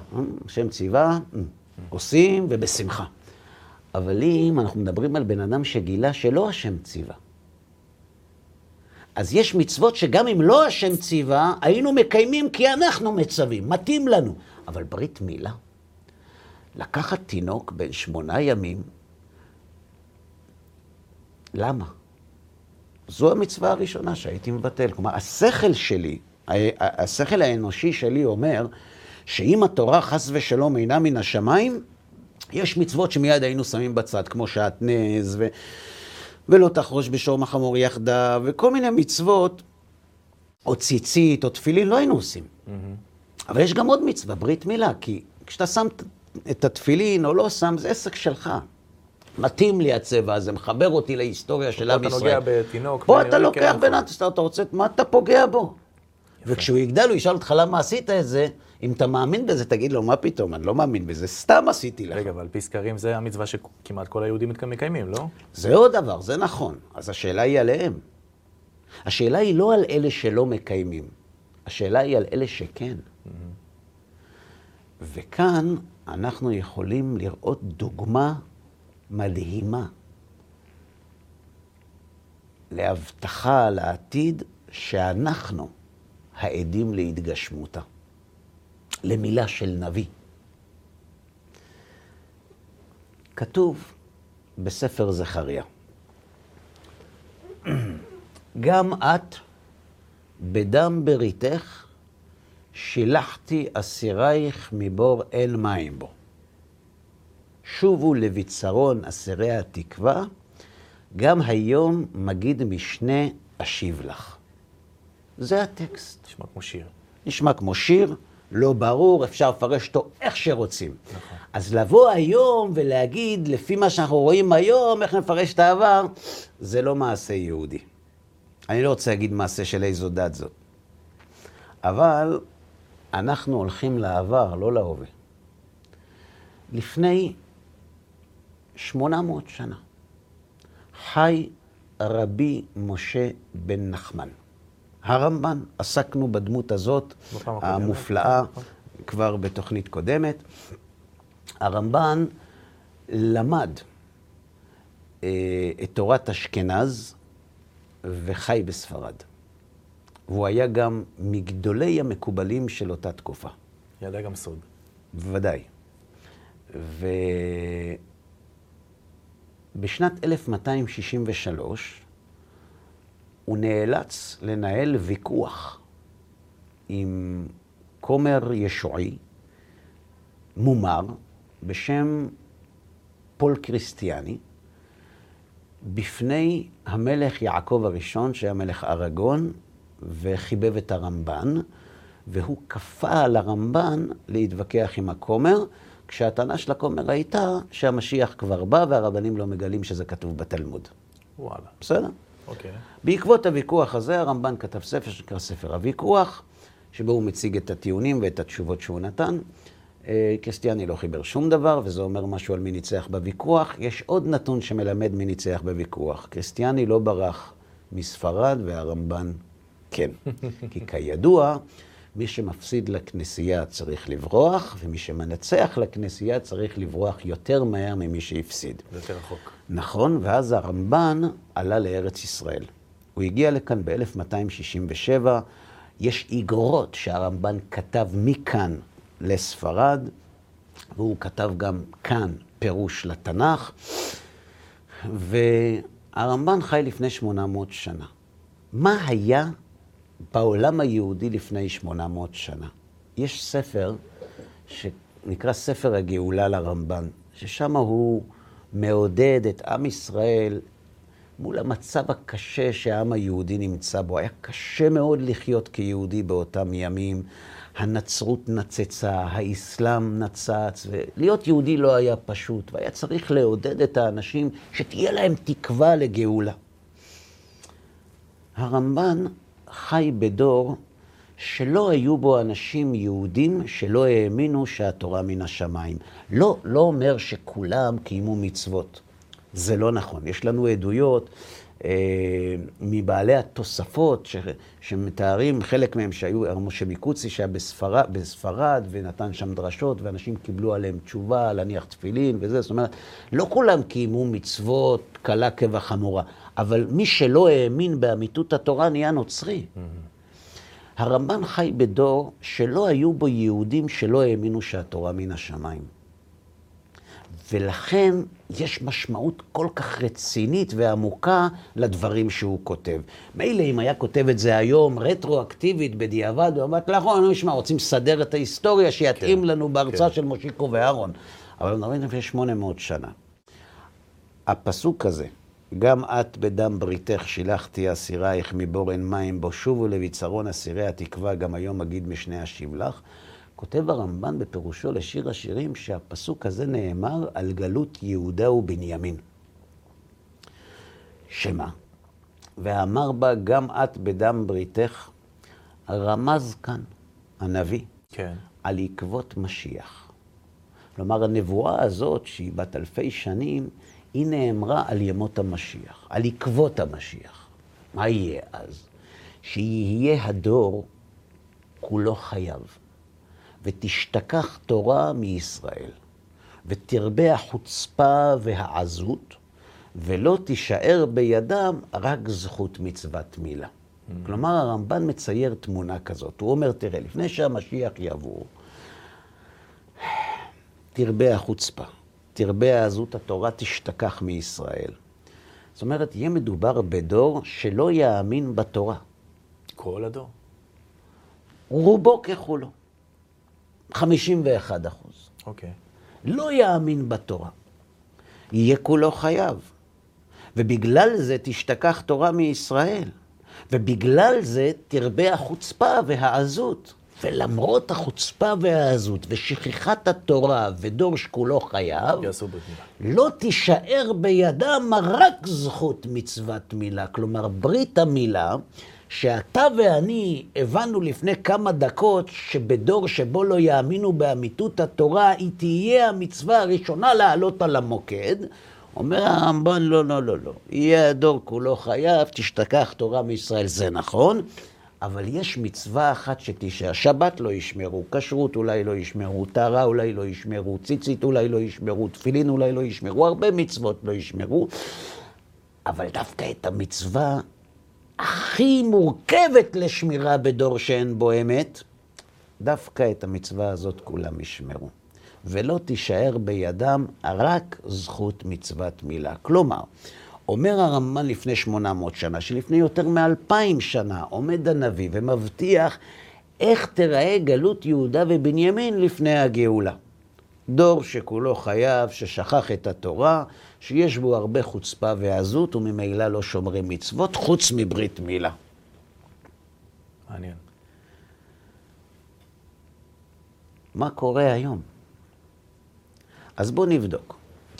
עושים ובשמחה. אבל אם אנחנו מדברים על בן אדם שגילה שלא השם ציווה, אז יש מצוות שגם אם לא השם ציווה, היינו מקיימים כי אנחנו מצווים, מתאים לנו. אבל ברית מילה, לקחת תינוק בן 8 ימים, למה? זו המצווה הראשונה שהייתי מבטל. כלומר, השכל שלי, השכל האנושי שלי אומר, שאם התורה חס ושלום אינה מן השמיים, יש מצוות שמיד היינו שמים בצד, כמו שעטנז ולא תחרוש בשור החמור יחדיו, וכל מיני מצוות, או ציצית, או תפילין, לא היינו עושים. אבל יש גם עוד מצווה, ברית מילה, כי כשאתה שם את התפילין או לא שם, זה עסק שלך. מתאים לי הצבע הזה, מחבר אותי להיסטוריה של עם ישראל. פה אתה נוגע בתינוק. פה אתה לוקח בנת, אתה רוצה, מה אתה פוגע בו? וכשהוא יגדל, הוא ישאל אותך למה עשית את זה, אם אתה מאמין בזה, תגיד לו, מה פתאום? אני לא מאמין בזה, סתם עשיתי לך. רגע, אבל פי סקרים זה המצווה שכמעט כל היהודים מקיימים, לא? זה עוד דבר, זה נכון. אז השאלה היא עליהם. השאלה היא לא על אלה שלא מקיימים. השאלה היא על אלה שכן. וכאן אנחנו יכולים לראות דוגמה מדהימה להבטחה לעתיד שאנחנו העדים להתגשמותה. למילה של נביא. כתוב בספר זכריה, גם את בדם בריתך שילחתי אסירייך מבור אל מים בו. שובו לביצרון אסירי התקווה, גם היום מגיד משנה אשיב לך. זה הטקסט. נשמע כמו שיר. נשמע כמו שיר, לא ברור, אפשר לפרש אותו איך שרוצים. נכון. אז לבוא היום ולהגיד, לפי מה שאנחנו רואים היום, איך נפרש את העבר, זה לא מעשה יהודי. אני לא רוצה להגיד מעשה של איזו דת זאת. אבל אנחנו הולכים לעבר, לא להווה. לפני 800 שנה, חי רבי משה בן נחמן. הרמב"ן, עסקנו בדמות הזאת, המופלאה, כבר בתוכנית קודמת. הרמב"ן למד את תורת אשכנז וחי בספרד. והוא היה גם מגדולי המקובלים של אותה תקופה. ידע גם סוד. בוודאי. ובשנת 1263, הוא נאלץ לנהל ויכוח עם כומר ישועי, מומר, בשם פול קריסטיאני, בפני המלך יעקב הראשון, שהיה מלך ארגון, וחיבב את הרמב"ן, והוא כפה על הרמב"ן להתווכח עם הכומר, כשהטענה של הכומר הייתה שהמשיח כבר בא, והרבנים לא מגלים שזה כתוב בתלמוד. וואלה. בסדר? אוקיי. בעקבות הוויכוח הזה, הרמב"ן כתב ספר שנקרא ספר הוויכוח, שבו הוא מציג את הטיעונים ואת התשובות שהוא נתן. קריסטיאני לא חיבר שום דבר, וזה אומר משהו על מי ניצח בוויכוח. יש עוד נתון שמלמד מי ניצח בוויכוח. קריסטיאני לא ברח מספרד והרמב"ן כן. כי כידוע, מי שמפסיד לכנסייה צריך לברוח, ומי שמנצח לכנסייה צריך לברוח יותר מהר ממי שהפסיד. יותר רחוק. נכון, ואז הרמב"ן עלה לארץ ישראל. הוא הגיע לכאן ב-1267. יש איגרות שהרמב"ן כתב מכאן לספרד, והוא כתב גם כאן פירוש לתנ"ך, והרמב"ן חי לפני 800 שנה. מה היה בעולם היהודי לפני 800 שנה? יש ספר שנקרא ספר הגאולה לרמב"ן, ששם הוא מעודד את עם ישראל מול המצב הקשה שהעם היהודי נמצא בו. היה קשה מאוד לחיות כיהודי באותם ימים. הנצרות נצצה, האסלאם נצץ, ולהיות יהודי לא היה פשוט, והיה צריך לעודד את האנשים שתהיה להם תקווה לגאולה. הרמב"ן חי בדור שלא היו בו אנשים יהודים שלא האמינו שהתורה מן השמיים. לא אומר שכולם קיימו מצוות. זה לא נכון. יש לנו עדויות מבעלי התוספות שמתארים, חלק מהם שהיו, משה מקוצי שהיה בספרד ונתן שם דרשות, ואנשים קיבלו עליהם תשובה, להניח תפילין וזה. זאת אומרת, לא כולם קיימו מצוות קלה כבחמורה, אבל מי שלא האמין באמיתות התורה נהיה נוצרי. הרמב"ן חי בדור שלא היו בו יהודים שלא האמינו שהתורה מן השמיים. ולכן יש משמעות כל כך רצינית ועמוקה לדברים שהוא כותב. מילא אם היה כותב את זה היום רטרואקטיבית בדיעבד, הוא אמר, נכון, נשמע, רוצים לסדר את ההיסטוריה שיתאים לנו בהרצאה של מושיקו ואהרון. אבל נראים לפני 800 שנה. הפסוק הזה, גם את בדם בריתך שילחתי אסירייך מבורן מים בו שובו לביצרון אסירי התקווה, גם היום אגיד משנה אשיב לך. כותב הרמב"ן בפירושו לשיר השירים שהפסוק הזה נאמר על גלות יהודה ובנימין. שמה? ואמר בה גם את בדם בריתך, רמז כאן הנביא על עקבות משיח. כלומר, הנבואה הזאת שהיא בת אלפי שנים, היא נאמרה על ימות המשיח, על עקבות המשיח. מה יהיה אז? שיהיה הדור כולו חייב. ותשתכח תורה מישראל, ותרבה החוצפה והעזות, ולא תישאר בידם רק זכות מצוות מילה. כלומר, הרמב"ן מצייר תמונה כזאת. הוא אומר, תראה, לפני שהמשיח יבוא, תרבה החוצפה, תרבה העזות, התורה תשתכח מישראל. זאת אומרת, יהיה מדובר בדור שלא יאמין בתורה. כל הדור. רובו ככולו. 51%. אוקיי. לא יאמין בתורה. יהיה כולו חייב. ובגלל זה תשתכח תורה מישראל. ובגלל זה תרבה החוצפה והעזות. ולמרות החוצפה והעזות ושכחת התורה ודור שכולו חייב, לא תישאר בידם רק זכות מצוות מילה. כלומר, ברית המילה, שאתה ואני הבנו לפני כמה דקות שבדור שבו לא יאמינו באמיתות התורה, היא תהיה המצווה הראשונה לעלות על המוקד. אומר הרמב"ן, לא. יהיה הדור כולו חייב, תשתכח תורה מישראל. זה נכון, אבל יש מצווה אחת שתישאר. שבת לא ישמרו, כשרות אולי לא ישמרו, טהרה אולי לא ישמרו, ציצית אולי לא ישמרו, תפילין אולי לא ישמרו, הרבה מצוות לא ישמרו. אבל דווקא את המצווה הכי מורכבת לשמירה בדור שאין בו אמת, דווקא את המצווה הזאת כולם ישמרו. ולא תישאר בידם רק זכות מצוות מילה. כלומר, אומר הרמב"ן לפני 800 שנה, שלפני יותר מ2000 שנה, עומד הנביא ומבטיח איך תראה גלות יהודה ובנימין לפני הגאולה. דור שכולו חייב, ששכח את התורה, שיש בו הרבה חוצפה ועזות, וממילא לא שומרים מצוות, חוץ מברית מילה. מעניין. מה קורה היום? אז בוא נבדוק.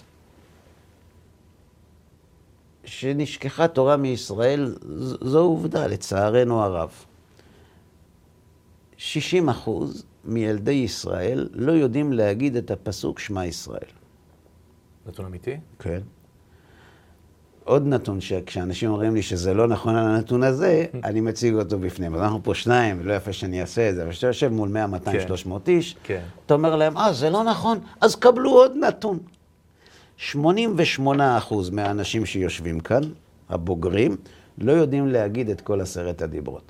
שנשכחה תורה מישראל, זו עובדה, לצערנו הרב. 60% מילדי ישראל לא יודעים להגיד את הפסוק שמע ישראל. נתון אמיתי? כן. עוד נתון שכשאנשים אומרים לי שזה לא נכון על הנתון הזה, אני מציג אותו בפניהם. אז אנחנו פה שניים, לא יפה שאני אעשה את זה, אבל שאתה יושב מול 100, 200, 300 איש, אתה אומר להם, זה לא נכון, אז קבלו עוד נתון. 88% מהאנשים שיושבים כאן, הבוגרים, לא יודעים להגיד את כל 10 הדיברות.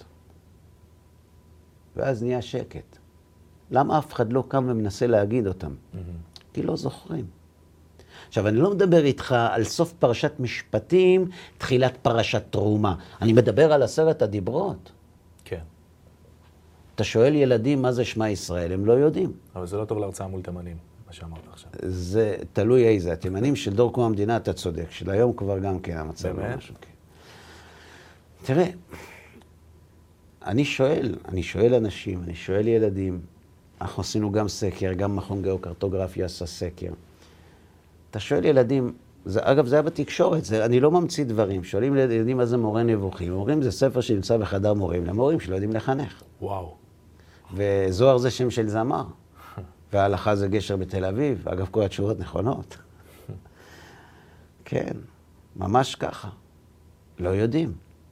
ואז נהיה שקט. למה אף אחד לא קם ומנסה להגיד אותם? כי לא זוכרים. עכשיו, אני לא מדבר איתך על סוף פרשת משפטים, תחילת פרשת תרומה. אני מדבר על 10 הדיברות. כן. אתה שואל ילדים מה זה שמע ישראל, הם לא יודעים. אבל זה לא טוב להרצאה מול תימנים, מה שאמרת עכשיו. זה תלוי איזה. התימנים של דור קום המדינה, אתה צודק. של היום כבר גם כן המצב. באמת? תראה, אני שואל אנשים, אני שואל ילדים. אנחנו עשינו גם סקר, גם מכון גיאוקרטוגרפיה עשה סקר. אתה שואל ילדים, אגב, זה היה בתקשורת, אני לא ממציא דברים. שואלים לילדים מה זה מורה נבוכים. אומרים, זה ספר שנמצא בחדר מורים, למורים שלא יודעים לחנך. וואו. וזוהר זה שם של זמר. וההלכה זה גשר בתל אביב. אגב, כל התשובות נכונות. כן, ממש ככה. לא יודעים.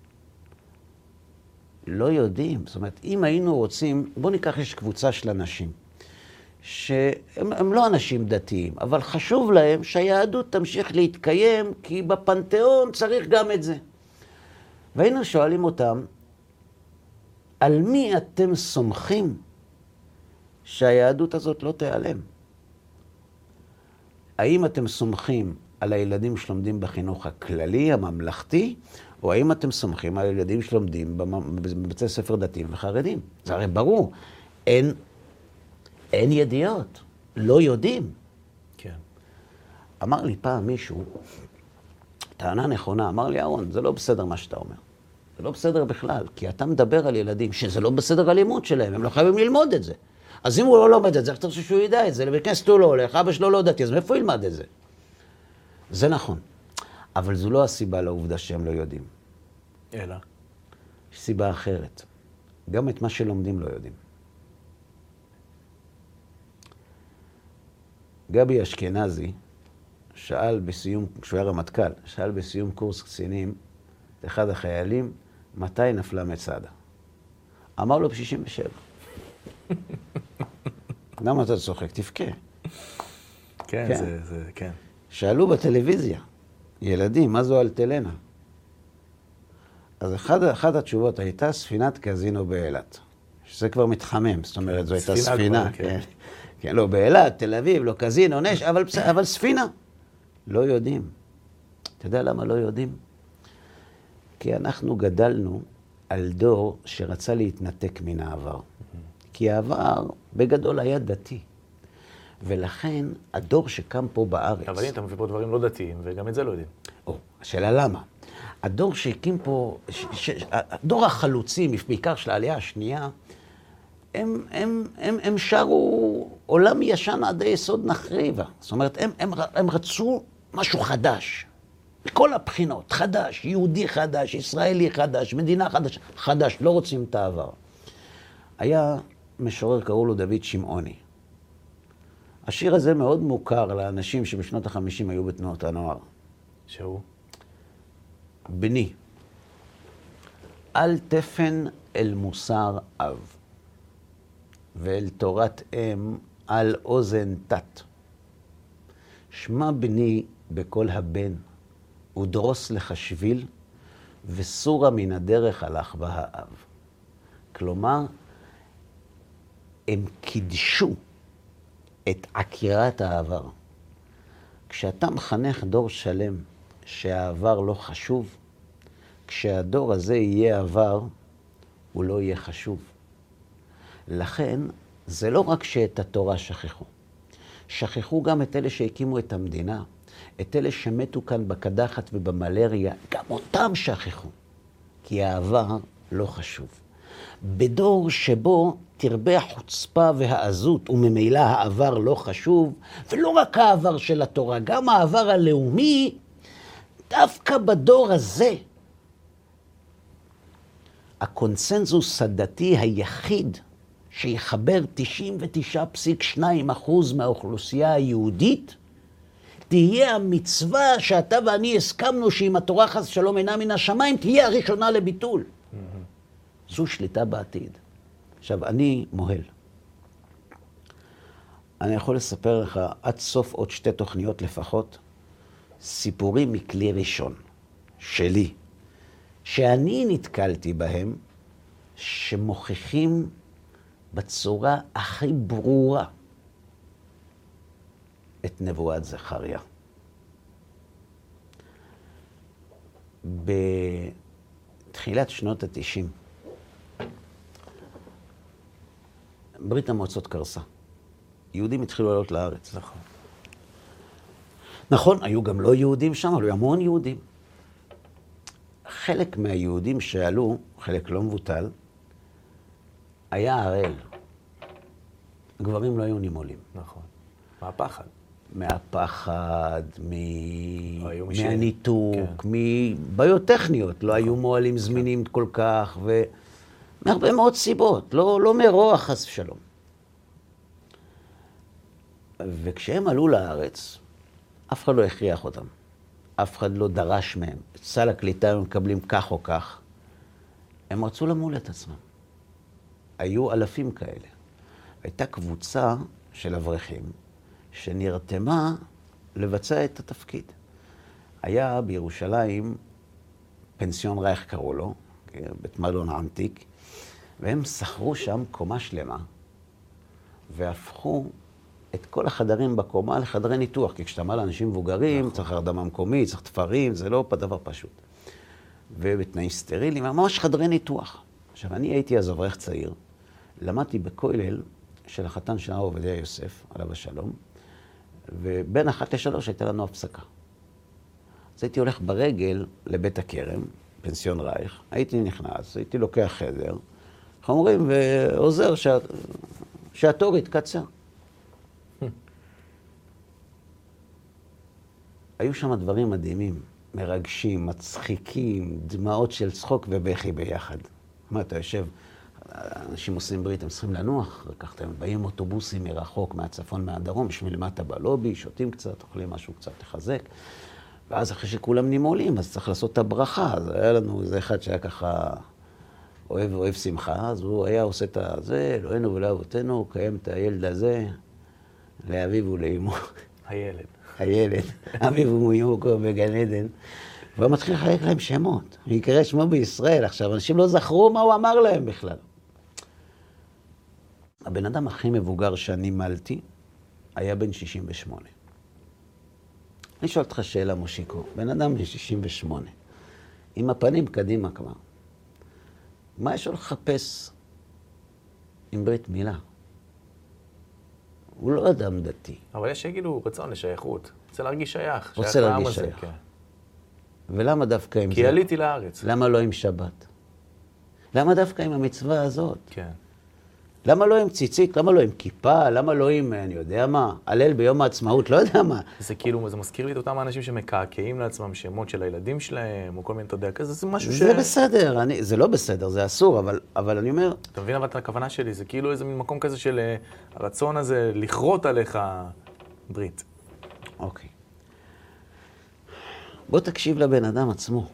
לא יודעים. זאת אומרת, אם היינו רוצים, בוא ניקח, יש קבוצה של אנשים. שהם לא אנשים דתיים, אבל חשוב להם שהיהדות תמשיך להתקיים, כי בפנתיאון צריך גם את זה. והיינו שואלים אותם, על מי אתם סומכים שהיהדות הזאת לא תיעלם? האם אתם סומכים על הילדים שלומדים בחינוך הכללי, הממלכתי, או האם אתם סומכים על הילדים שלומדים בבתי ספר דתיים וחרדים? זה הרי ברור. אין ידיעות, לא יודעים. כן. אמר לי פעם מישהו, טענה נכונה, אמר לי, אהרון, זה לא בסדר מה שאתה אומר. זה לא בסדר בכלל, כי אתה מדבר על ילדים שזה לא בסדר הלימוד שלהם, הם לא חייבים ללמוד את זה. אז אם הוא לא לומד את זה, אתה רוצה שהוא ידע את זה, לבית כנסת הוא לא הולך, אבא שלו לא דתי, אז מאיפה ילמד את זה? זה נכון. אבל זו לא הסיבה לעובדה שהם לא יודעים. אלא? יש סיבה אחרת. גם את מה שלומדים לא יודעים. גבי אשכנזי שאל בסיום, כשהוא היה רמטכ"ל, שאל בסיום קורס קצינים את אחד החיילים, מתי נפלה מצדה? אמר לו ב-67. למה אתה צוחק? תבכה. כן, זה, כן. שאלו בטלוויזיה, ילדים, מה זו אלטלנה? אז אחת התשובות הייתה ספינת קזינו באילת. שזה כבר מתחמם, זאת אומרת, זו הייתה ספינה. כן. כן, לא באילת, תל אביב, לא קזינו, נש, אבל ספינה. לא יודעים. אתה יודע למה לא יודעים? כי אנחנו גדלנו על דור שרצה להתנתק מן העבר. כי העבר בגדול היה דתי. ולכן הדור שקם פה בארץ... אבל אתה מביא פה דברים לא דתיים, וגם את זה לא יודעים. השאלה למה? הדור שהקים פה, דור החלוצים, בעיקר של העלייה השנייה, הם שרו עולם ישן עד היסוד נחריבה. זאת אומרת, הם רצו משהו חדש. מכל הבחינות, חדש, יהודי חדש, ישראלי חדש, מדינה חדש, לא רוצים את העבר. היה משורר, קראו לו דוד שמעוני. השיר הזה מאוד מוכר לאנשים שבשנות ה-50 היו בתנועות הנוער. שהוא? בני, אל תפן אל מוסר אב, ואל תורת אם על אוזן תת. שמע בני בכל הבן, ודרוס לך שביל, וסורה מן הדרך הלך בה האב. כלומר, הם קידשו את עקירת העבר. כשאתה מחנך דור שלם שהעבר לא חשוב, כשהדור הזה יהיה עבר, הוא לא יהיה חשוב. לכן, זה לא רק שאת התורה שכחו. שכחו גם את אלה שהקימו את המדינה, את אלה שמתו כאן בקדחת ובמלריה, גם אותם שכחו. כי העבר לא חשוב. בדור שבו תרבה החוצפה והעזות, וממילא העבר לא חשוב, ולא רק העבר של התורה, גם העבר הלאומי, דווקא בדור הזה, הקונסנזוס הדתי היחיד שיחבר 99.2% מהאוכלוסייה היהודית, תהיה המצווה שאתה ואני הסכמנו שאם התורה חס שלום אינה מן השמיים, תהיה הראשונה לביטול. זו שליטה בעתיד. עכשיו, אני מוהל. אני יכול לספר לך עד סוף עוד 2 תוכניות לפחות, סיפורים מכלי ראשון, שלי, שאני נתקלתי בהם, שמוכיחים בצורה הכי ברורה את נבואת זכריה. בתחילת שנות ה-90, ברית המועצות קרסה. יהודים התחילו לעלות לארץ. נכון. נכון, היו גם לא יהודים שם, אבל היו המון יהודים. חלק מהיהודים שעלו, חלק לא מבוטל, היה הראל. הגברים לא היו נימולים. נכון. מהפחד. מהפחד, מהניתוק, מהניתוק, מבעיות טכניות. לא היו מועלים זמינים כל כך, ומהרבה מאוד סיבות. לא מרוע חס ושלום. וכשהם עלו לארץ, אף אחד לא הכריח אותם. אף אחד לא דרש מהם. סל הקליטה הם מקבלים כך או כך. הם רצו למול את עצמם. היו אלפים כאלה. הייתה קבוצה של אברכים שנרתמה לבצע את התפקיד. היה בירושלים פנסיון רייך קראו לו, בית מלון ענתיק, והם שכרו שם קומה שלמה, והפכו את כל החדרים בקומה לחדרי ניתוח, כי כשאתה אמר לאנשים מבוגרים, צריך הרדמה מקומית, צריך תפרים, זה לא דבר פשוט. ובתנאים סטריליים, ממש חדרי ניתוח. עכשיו, אני הייתי אז אברך צעיר, למדתי בכולל של החתן של הרב עובדיה יוסף, עליו השלום, ובין 1-3 הייתה לנו הפסקה. אז הייתי הולך ברגל לבית הכרם, פנסיון רייך, הייתי נכנס, הייתי לוקח חדר, איך אומרים, ועוזר שהתור יתקצר. היו שם דברים מדהימים, מרגשים, מצחיקים, דמעות של צחוק ובכי ביחד. מה, אתה יושב, אנשים עושים ברית, הם צריכים לנוח, וכך אתם באים אוטובוסים מרחוק, מהצפון, מהדרום, בשביל למטה בלובי, שותים קצת, אוכלים משהו קצת לחזק, ואז אחרי שכולם נימולים, אז צריך לעשות את הברכה. אז היה לנו איזה אחד שהיה ככה אוהב שמחה, אז הוא היה עושה את זה, אלוהינו ולאבותינו, קיים את הילד הזה, לאביו ולאמו. הילד, אביו ואמו בגן עדן. והוא מתחיל לחלק להם שמות. יקרא שמו בישראל. עכשיו, אנשים לא זכרו מה הוא אמר להם בכלל. הבן אדם הכי מבוגר שאני מלתי היה בן 68. אני שואל אותך שאלה, מושיקו. בן אדם בן 68, עם הפנים קדימה כבר. מה יש לו לחפש עם ברית מילה? הוא לא אדם דתי. אבל יש שיגידו רצון לשייכות. רוצה להרגיש שייך. רוצה להרגיש שייך. כן. ולמה דווקא עם זה? כי עליתי לארץ. למה לא עם שבת? למה דווקא עם המצווה הזאת? כן. למה לא עם ציצית? למה לא עם כיפה? למה לא עם, אני יודע מה, הלל ביום העצמאות? לא יודע מה. זה כאילו, זה מזכיר לי את אותם האנשים שמקעקעים לעצמם שמות של הילדים שלהם, או כל מיני, אתה יודע, כזה, זה משהו זה בסדר, זה לא בסדר, זה אסור, אבל אני אומר... אתה מבין אבל את הכוונה שלי, זה כאילו איזה מקום כזה של הרצון הזה לכרות עליך ברית. אוקיי. בוא תקשיב לבן אדם עצמו.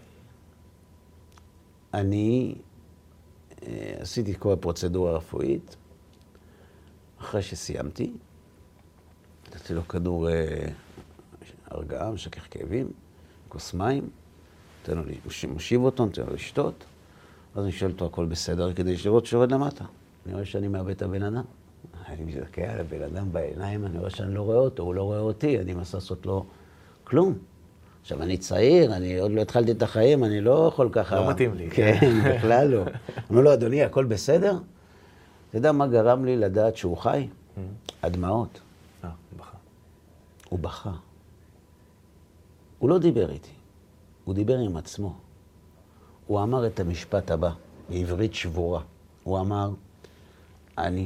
אני עשיתי כל הפרוצדורה הרפואית, אחרי שסיימתי, נתתי לו כדור הרגעה, משכך כאבים, כוס מים, מושיב אותו, נותן לו לשתות, אז אני שואל אותו הכל בסדר, כדי לראות שעובד למטה. אני רואה שאני מאבד את הבן אדם. אני מזדכה על הבן אדם בעיניים, אני רואה שאני לא רואה אותו, הוא לא רואה אותי, אני מנסה לעשות לו כלום. עכשיו, אני צעיר, אני עוד לא התחלתי את החיים, אני לא יכול ככה... לא מתאים לי. כן, בכלל לא. אמרו לו, אדוני, הכל בסדר? אתה יודע מה גרם לי לדעת שהוא חי? הדמעות. הוא בכה. הוא בכה. הוא לא דיבר איתי, הוא דיבר עם עצמו. הוא אמר את המשפט הבא, בעברית שבורה. הוא אמר, אני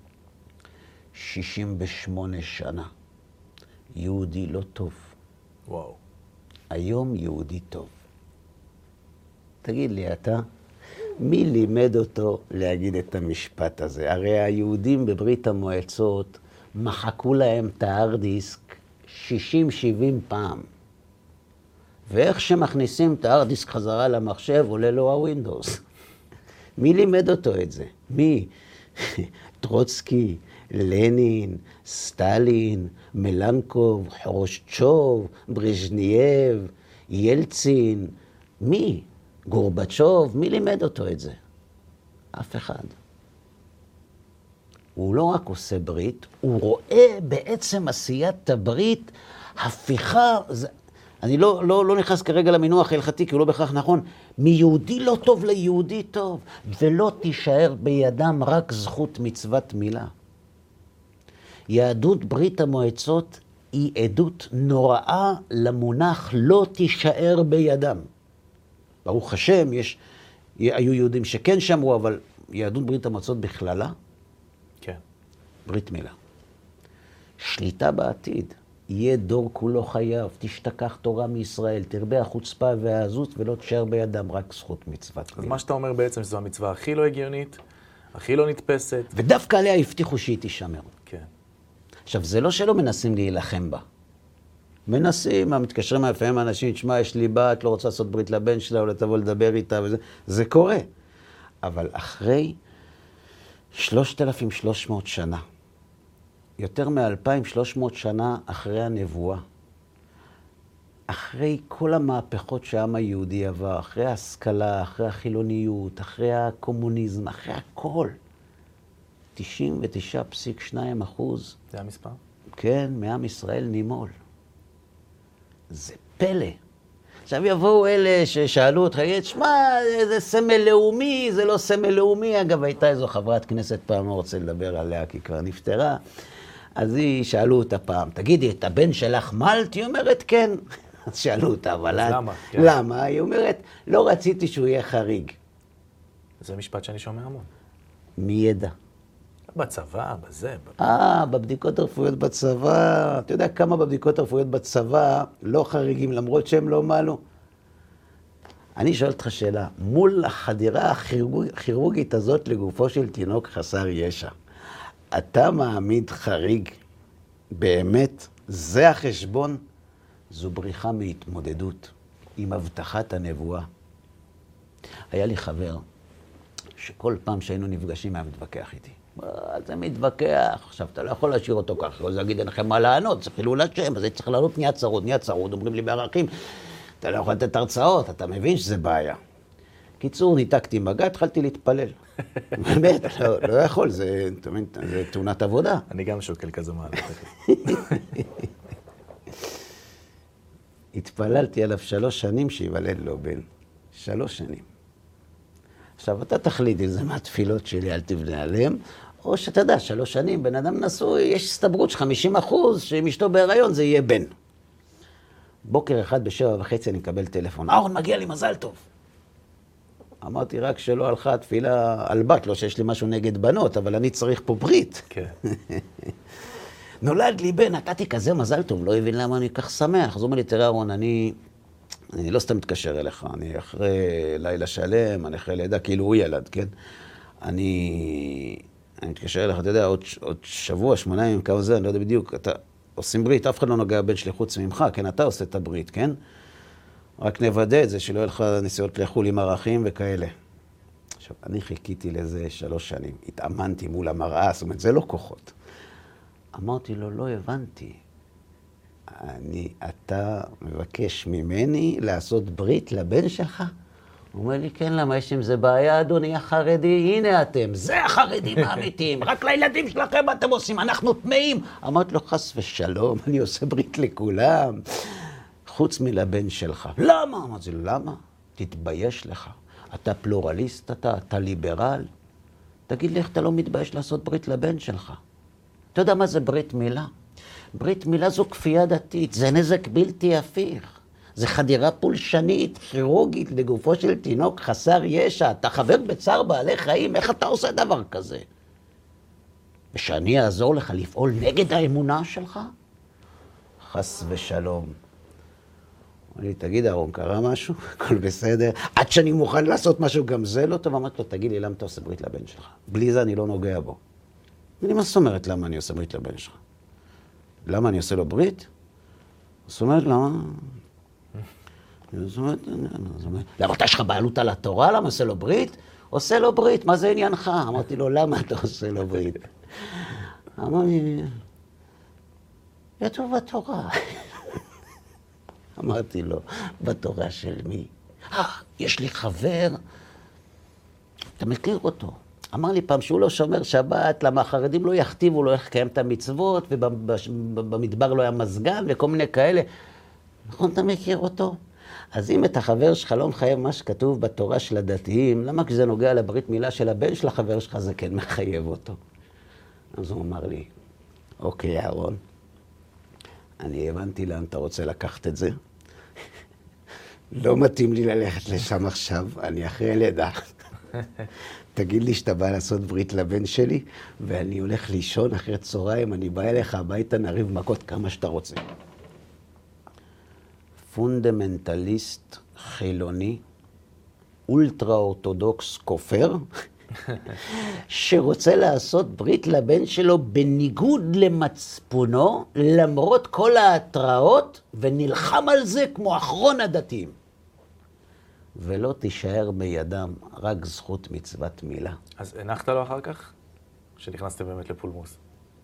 68 שנה, יהודי לא טוב. וואו. היום יהודי טוב. תגיד לי, אתה מי לימד אותו להגיד את המשפט הזה? הרי היהודים בברית המועצות מחקו להם את הארדיסק 60-70 פעם. ואיך שמכניסים את הארדיסק חזרה למחשב, עולה לו הווינדוס. מי לימד אותו את זה? מי? טרוצקי, לנין, סטלין, מלנקוב, חורשצ'וב, ברז'נייב, ילצין. מי? גורבצ'וב? מי לימד אותו את זה? אף אחד. הוא לא רק עושה ברית, הוא רואה בעצם עשיית הברית, הפיכה, אני לא נכנס כרגע למינוח ההלכתי, כי הוא לא בהכרח נכון, מיהודי לא טוב ליהודי טוב, ולא תישאר בידם רק זכות מצוות מילה. יהדות ברית המועצות היא עדות נוראה למונח לא תישאר בידם. ברוך השם, היו יהודים שכן שמרו, אבל יהדות ברית המועצות בכללה, כן. ברית מילה. שליטה בעתיד. יהיה דור כולו חייב, תשתכח תורה מישראל, תרבה החוצפה והעזות ולא תשאר בידם רק זכות מצוות מילה. אז מה שאתה אומר בעצם שזו המצווה הכי לא הגיונית, הכי לא נתפסת. ודווקא עליה הבטיחו שהיא תישמר. כן. עכשיו, זה לא שלא מנסים להילחם בה. מנסים, מתקשרים לפעמים האנשים, תשמע, יש לי בת, לא רוצה לעשות ברית לבן שלה, או תבוא לדבר איתה וזה. זה קורה. אבל אחרי 3,300 שנה, יותר מ-2,300 שנה אחרי הנבואה, אחרי כל המהפכות שהעם היהודי עבר, אחרי ההשכלה, אחרי החילוניות, אחרי הקומוניזם, אחרי הכל, 99.2%. זה המספר? כן, מעם ישראל נימול. זה פלא. עכשיו יבואו אלה ששאלו אותך, שמע, זה סמל לאומי, זה לא סמל לאומי. אגב, הייתה איזו חברת כנסת פעם, לא רוצה לדבר עליה, כי כבר נפטרה. אז שאלו אותה פעם, תגידי, את הבן שלך מלט? היא אומרת, כן. אז שאלו אותה, אבל למה? כן. למה? היא אומרת, לא רציתי שהוא יהיה חריג. זה משפט שאני שומע המון. מי ידע? בצבא, בזה. בבדיקות הרפואיות בצבא. אתה יודע כמה בבדיקות הרפואיות בצבא לא חריגים, למרות שהם לא מעלו? אני שואל אותך שאלה, מול החדירה הכירורגית הזאת לגופו של תינוק חסר ישע, אתה מעמיד חריג? באמת? זה החשבון? זו בריחה מהתמודדות עם הבטחת הנבואה. היה לי חבר שכל פעם שהיינו נפגשים היה מתווכח איתי. זה מתווכח, עכשיו אתה לא יכול להשאיר אותו ככה, אז להגיד אין לכם מה לענות, זה חילול השם, אז זה צריך לענות נהיה צרוד, אומרים לי בערכים, אתה לא יכול לתת הרצאות, אתה מבין שזה בעיה. קיצור, ניתקתי מגע, התחלתי להתפלל. באמת, לא יכול, זה תאונת עבודה. אני גם שוקל כזה מעלה. התפללתי עליו 3 שנים שיוולד לו בן. 3 שנים. עכשיו, אתה תחליט אם זה מהתפילות שלי, אל תבנה עליהם, או שאתה יודע, 3 שנים, בן אדם נשוי, יש הסתברות ש 50% שאם אשתו בהיריון זה יהיה בן. בוקר אחד ב7:30 אני מקבל טלפון, אהרון, מגיע לי מזל טוב. אמרתי רק שלא הלכה התפילה על בת, לא שיש לי משהו נגד בנות, אבל אני צריך פה ברית. כן. נולד לי בן, נתתי כזה מזל טוב, לא הבין למה אני כך שמח. אז הוא אומר לי, תראה אהרון, אני לא סתם מתקשר אליך, אני אחרי לילה שלם, אני אחרי לידה, כאילו הוא ילד, כן? אני מתקשר אליך, אתה יודע, עוד שבוע, 8 ימים, כמה זה, אני לא יודע בדיוק, אתה עושים ברית, אף אחד לא נוגע בן שלי חוץ ממך, כן? אתה עושה את הברית, כן? רק נוודא את זה, שלא יהיה לך נסיעות לחול עם ערכים וכאלה. עכשיו, אני חיכיתי לזה 3 שנים, התאמנתי מול המראה, זאת אומרת, זה לא כוחות. אמרתי לו, לא הבנתי. אתה מבקש ממני לעשות ברית לבן שלך? הוא אומר לי, כן, למה יש עם זה בעיה, אדוני החרדי? הנה אתם, זה החרדים האמיתיים, רק לילדים שלכם אתם עושים, אנחנו טמאים. אמרתי לו, חס ושלום, אני עושה ברית לכולם, חוץ מלבן שלך. למה? אמרתי לו, למה? תתבייש לך. אתה פלורליסט, אתה ליברל. תגיד לי, איך אתה לא מתבייש לעשות ברית לבן שלך? אתה יודע מה זה ברית מילה? ברית מילה זו כפייה דתית, זה נזק בלתי הפיך. זה חדירה פולשנית, כירורגית, לגופו של תינוק חסר ישע. אתה חבר בצער בעלי חיים, איך אתה עושה דבר כזה? ושאני אעזור לך לפעול נגד האמונה שלך? חס ושלום. אמר לי, תגיד, אהרון, קרה משהו? הכל בסדר? עד שאני מוכן לעשות משהו, גם זה לא טוב. אמרתי לו, תגיד לי, למה אתה עושה ברית לבן שלך? בלי זה אני לא נוגע בו. אני, מה זאת אומרת, למה אני עושה ברית לבן שלך? למה אני עושה לו ברית? זאת אומרת, למה? זאת אומרת, למה אתה יש לך בעלות על התורה? למה עושה לו ברית? עושה לו ברית, מה זה עניינך? אמרתי לו, למה אתה עושה לו ברית? אמר לי, יתוב בתורה. אמרתי לו, בתורה של מי? יש לי חבר, אתה מכיר אותו. אמר לי פעם שהוא לא שומר שבת, למה החרדים לא יכתיבו, לא יקיים את המצוות, ובמדבר לא היה מזגן וכל מיני כאלה. נכון, אתה מכיר אותו? אז אם את החבר שלך לא מחייב מה שכתוב בתורה של הדתיים, למה כשזה נוגע לברית מילה של הבן של החבר שלך, זה כן מחייב אותו? אז הוא אמר לי, אוקיי, אהרון, אני הבנתי לאן אתה רוצה לקחת את זה. לא מתאים לי ללכת לשם עכשיו, אני אחרי לידה. תגיד לי שאתה בא לעשות ברית לבן שלי, ואני הולך לישון אחרי צהריים, אני בא אליך הביתה, נריב מכות כמה שאתה רוצה. פונדמנטליסט חילוני, אולטרה אורתודוקס כופר, שרוצה לעשות ברית לבן שלו בניגוד למצפונו, למרות כל ההתראות, ונלחם על זה כמו אחרון הדתיים. ולא תישאר בידם רק זכות מצוות מילה. אז הנחת לו אחר כך? שנכנסתם באמת לפולמוס.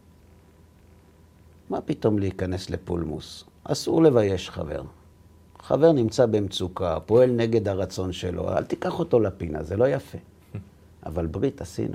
מה פתאום להיכנס לפולמוס? אסור לבייש חבר. חבר נמצא במצוקה, פועל נגד הרצון שלו, אל תיקח אותו לפינה, זה לא יפה. אבל ברית עשינו.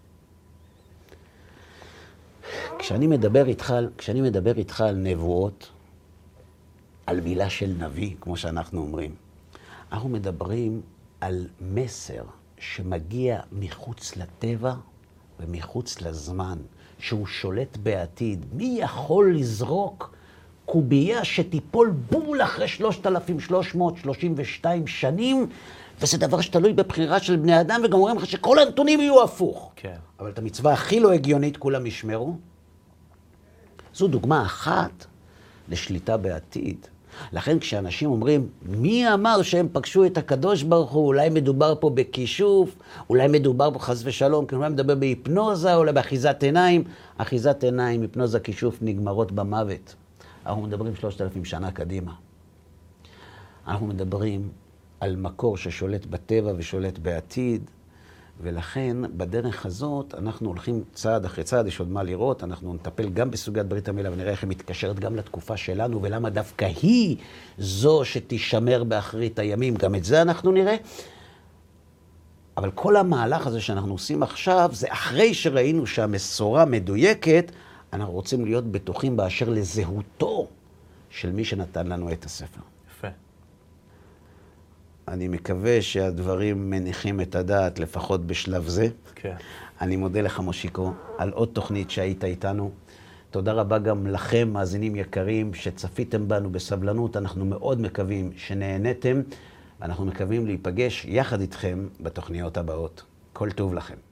כשאני מדבר איתך על נבואות, על מילה של נביא, כמו שאנחנו אומרים, אנחנו מדברים על מסר שמגיע מחוץ לטבע ומחוץ לזמן, שהוא שולט בעתיד. מי יכול לזרוק קובייה שתיפול בול אחרי 3,332 שנים, וזה דבר שתלוי בבחירה של בני אדם, וגם אומרים לך שכל הנתונים יהיו הפוך. כן. אבל את המצווה הכי לא הגיונית כולם ישמרו. זו דוגמה אחת לשליטה בעתיד. לכן כשאנשים אומרים, מי אמר שהם פגשו את הקדוש ברוך הוא, אולי מדובר פה בכישוף, אולי מדובר פה חס ושלום, כי אולי מדבר בהיפנוזה, אולי באחיזת עיניים. אחיזת עיניים, היפנוזה, כישוף, נגמרות במוות. אנחנו מדברים 3,000 שנה קדימה. אנחנו מדברים על מקור ששולט בטבע ושולט בעתיד, ולכן בדרך הזאת אנחנו הולכים צעד אחרי צעד, יש עוד מה לראות, אנחנו נטפל גם בסוגיית ברית המילה ונראה איך היא מתקשרת גם לתקופה שלנו, ולמה דווקא היא זו שתישמר באחרית הימים, גם את זה אנחנו נראה. אבל כל המהלך הזה שאנחנו עושים עכשיו, זה אחרי שראינו שהמסורה מדויקת, אנחנו רוצים להיות בטוחים באשר לזהותו של מי שנתן לנו את הספר. יפה. אני מקווה שהדברים מניחים את הדעת, לפחות בשלב זה. כן. אני מודה לך, מושיקו, על עוד תוכנית שהיית איתנו. תודה רבה גם לכם, מאזינים יקרים, שצפיתם בנו בסבלנות. אנחנו מאוד מקווים שנהנתם, ואנחנו מקווים להיפגש יחד איתכם בתוכניות הבאות. כל טוב לכם.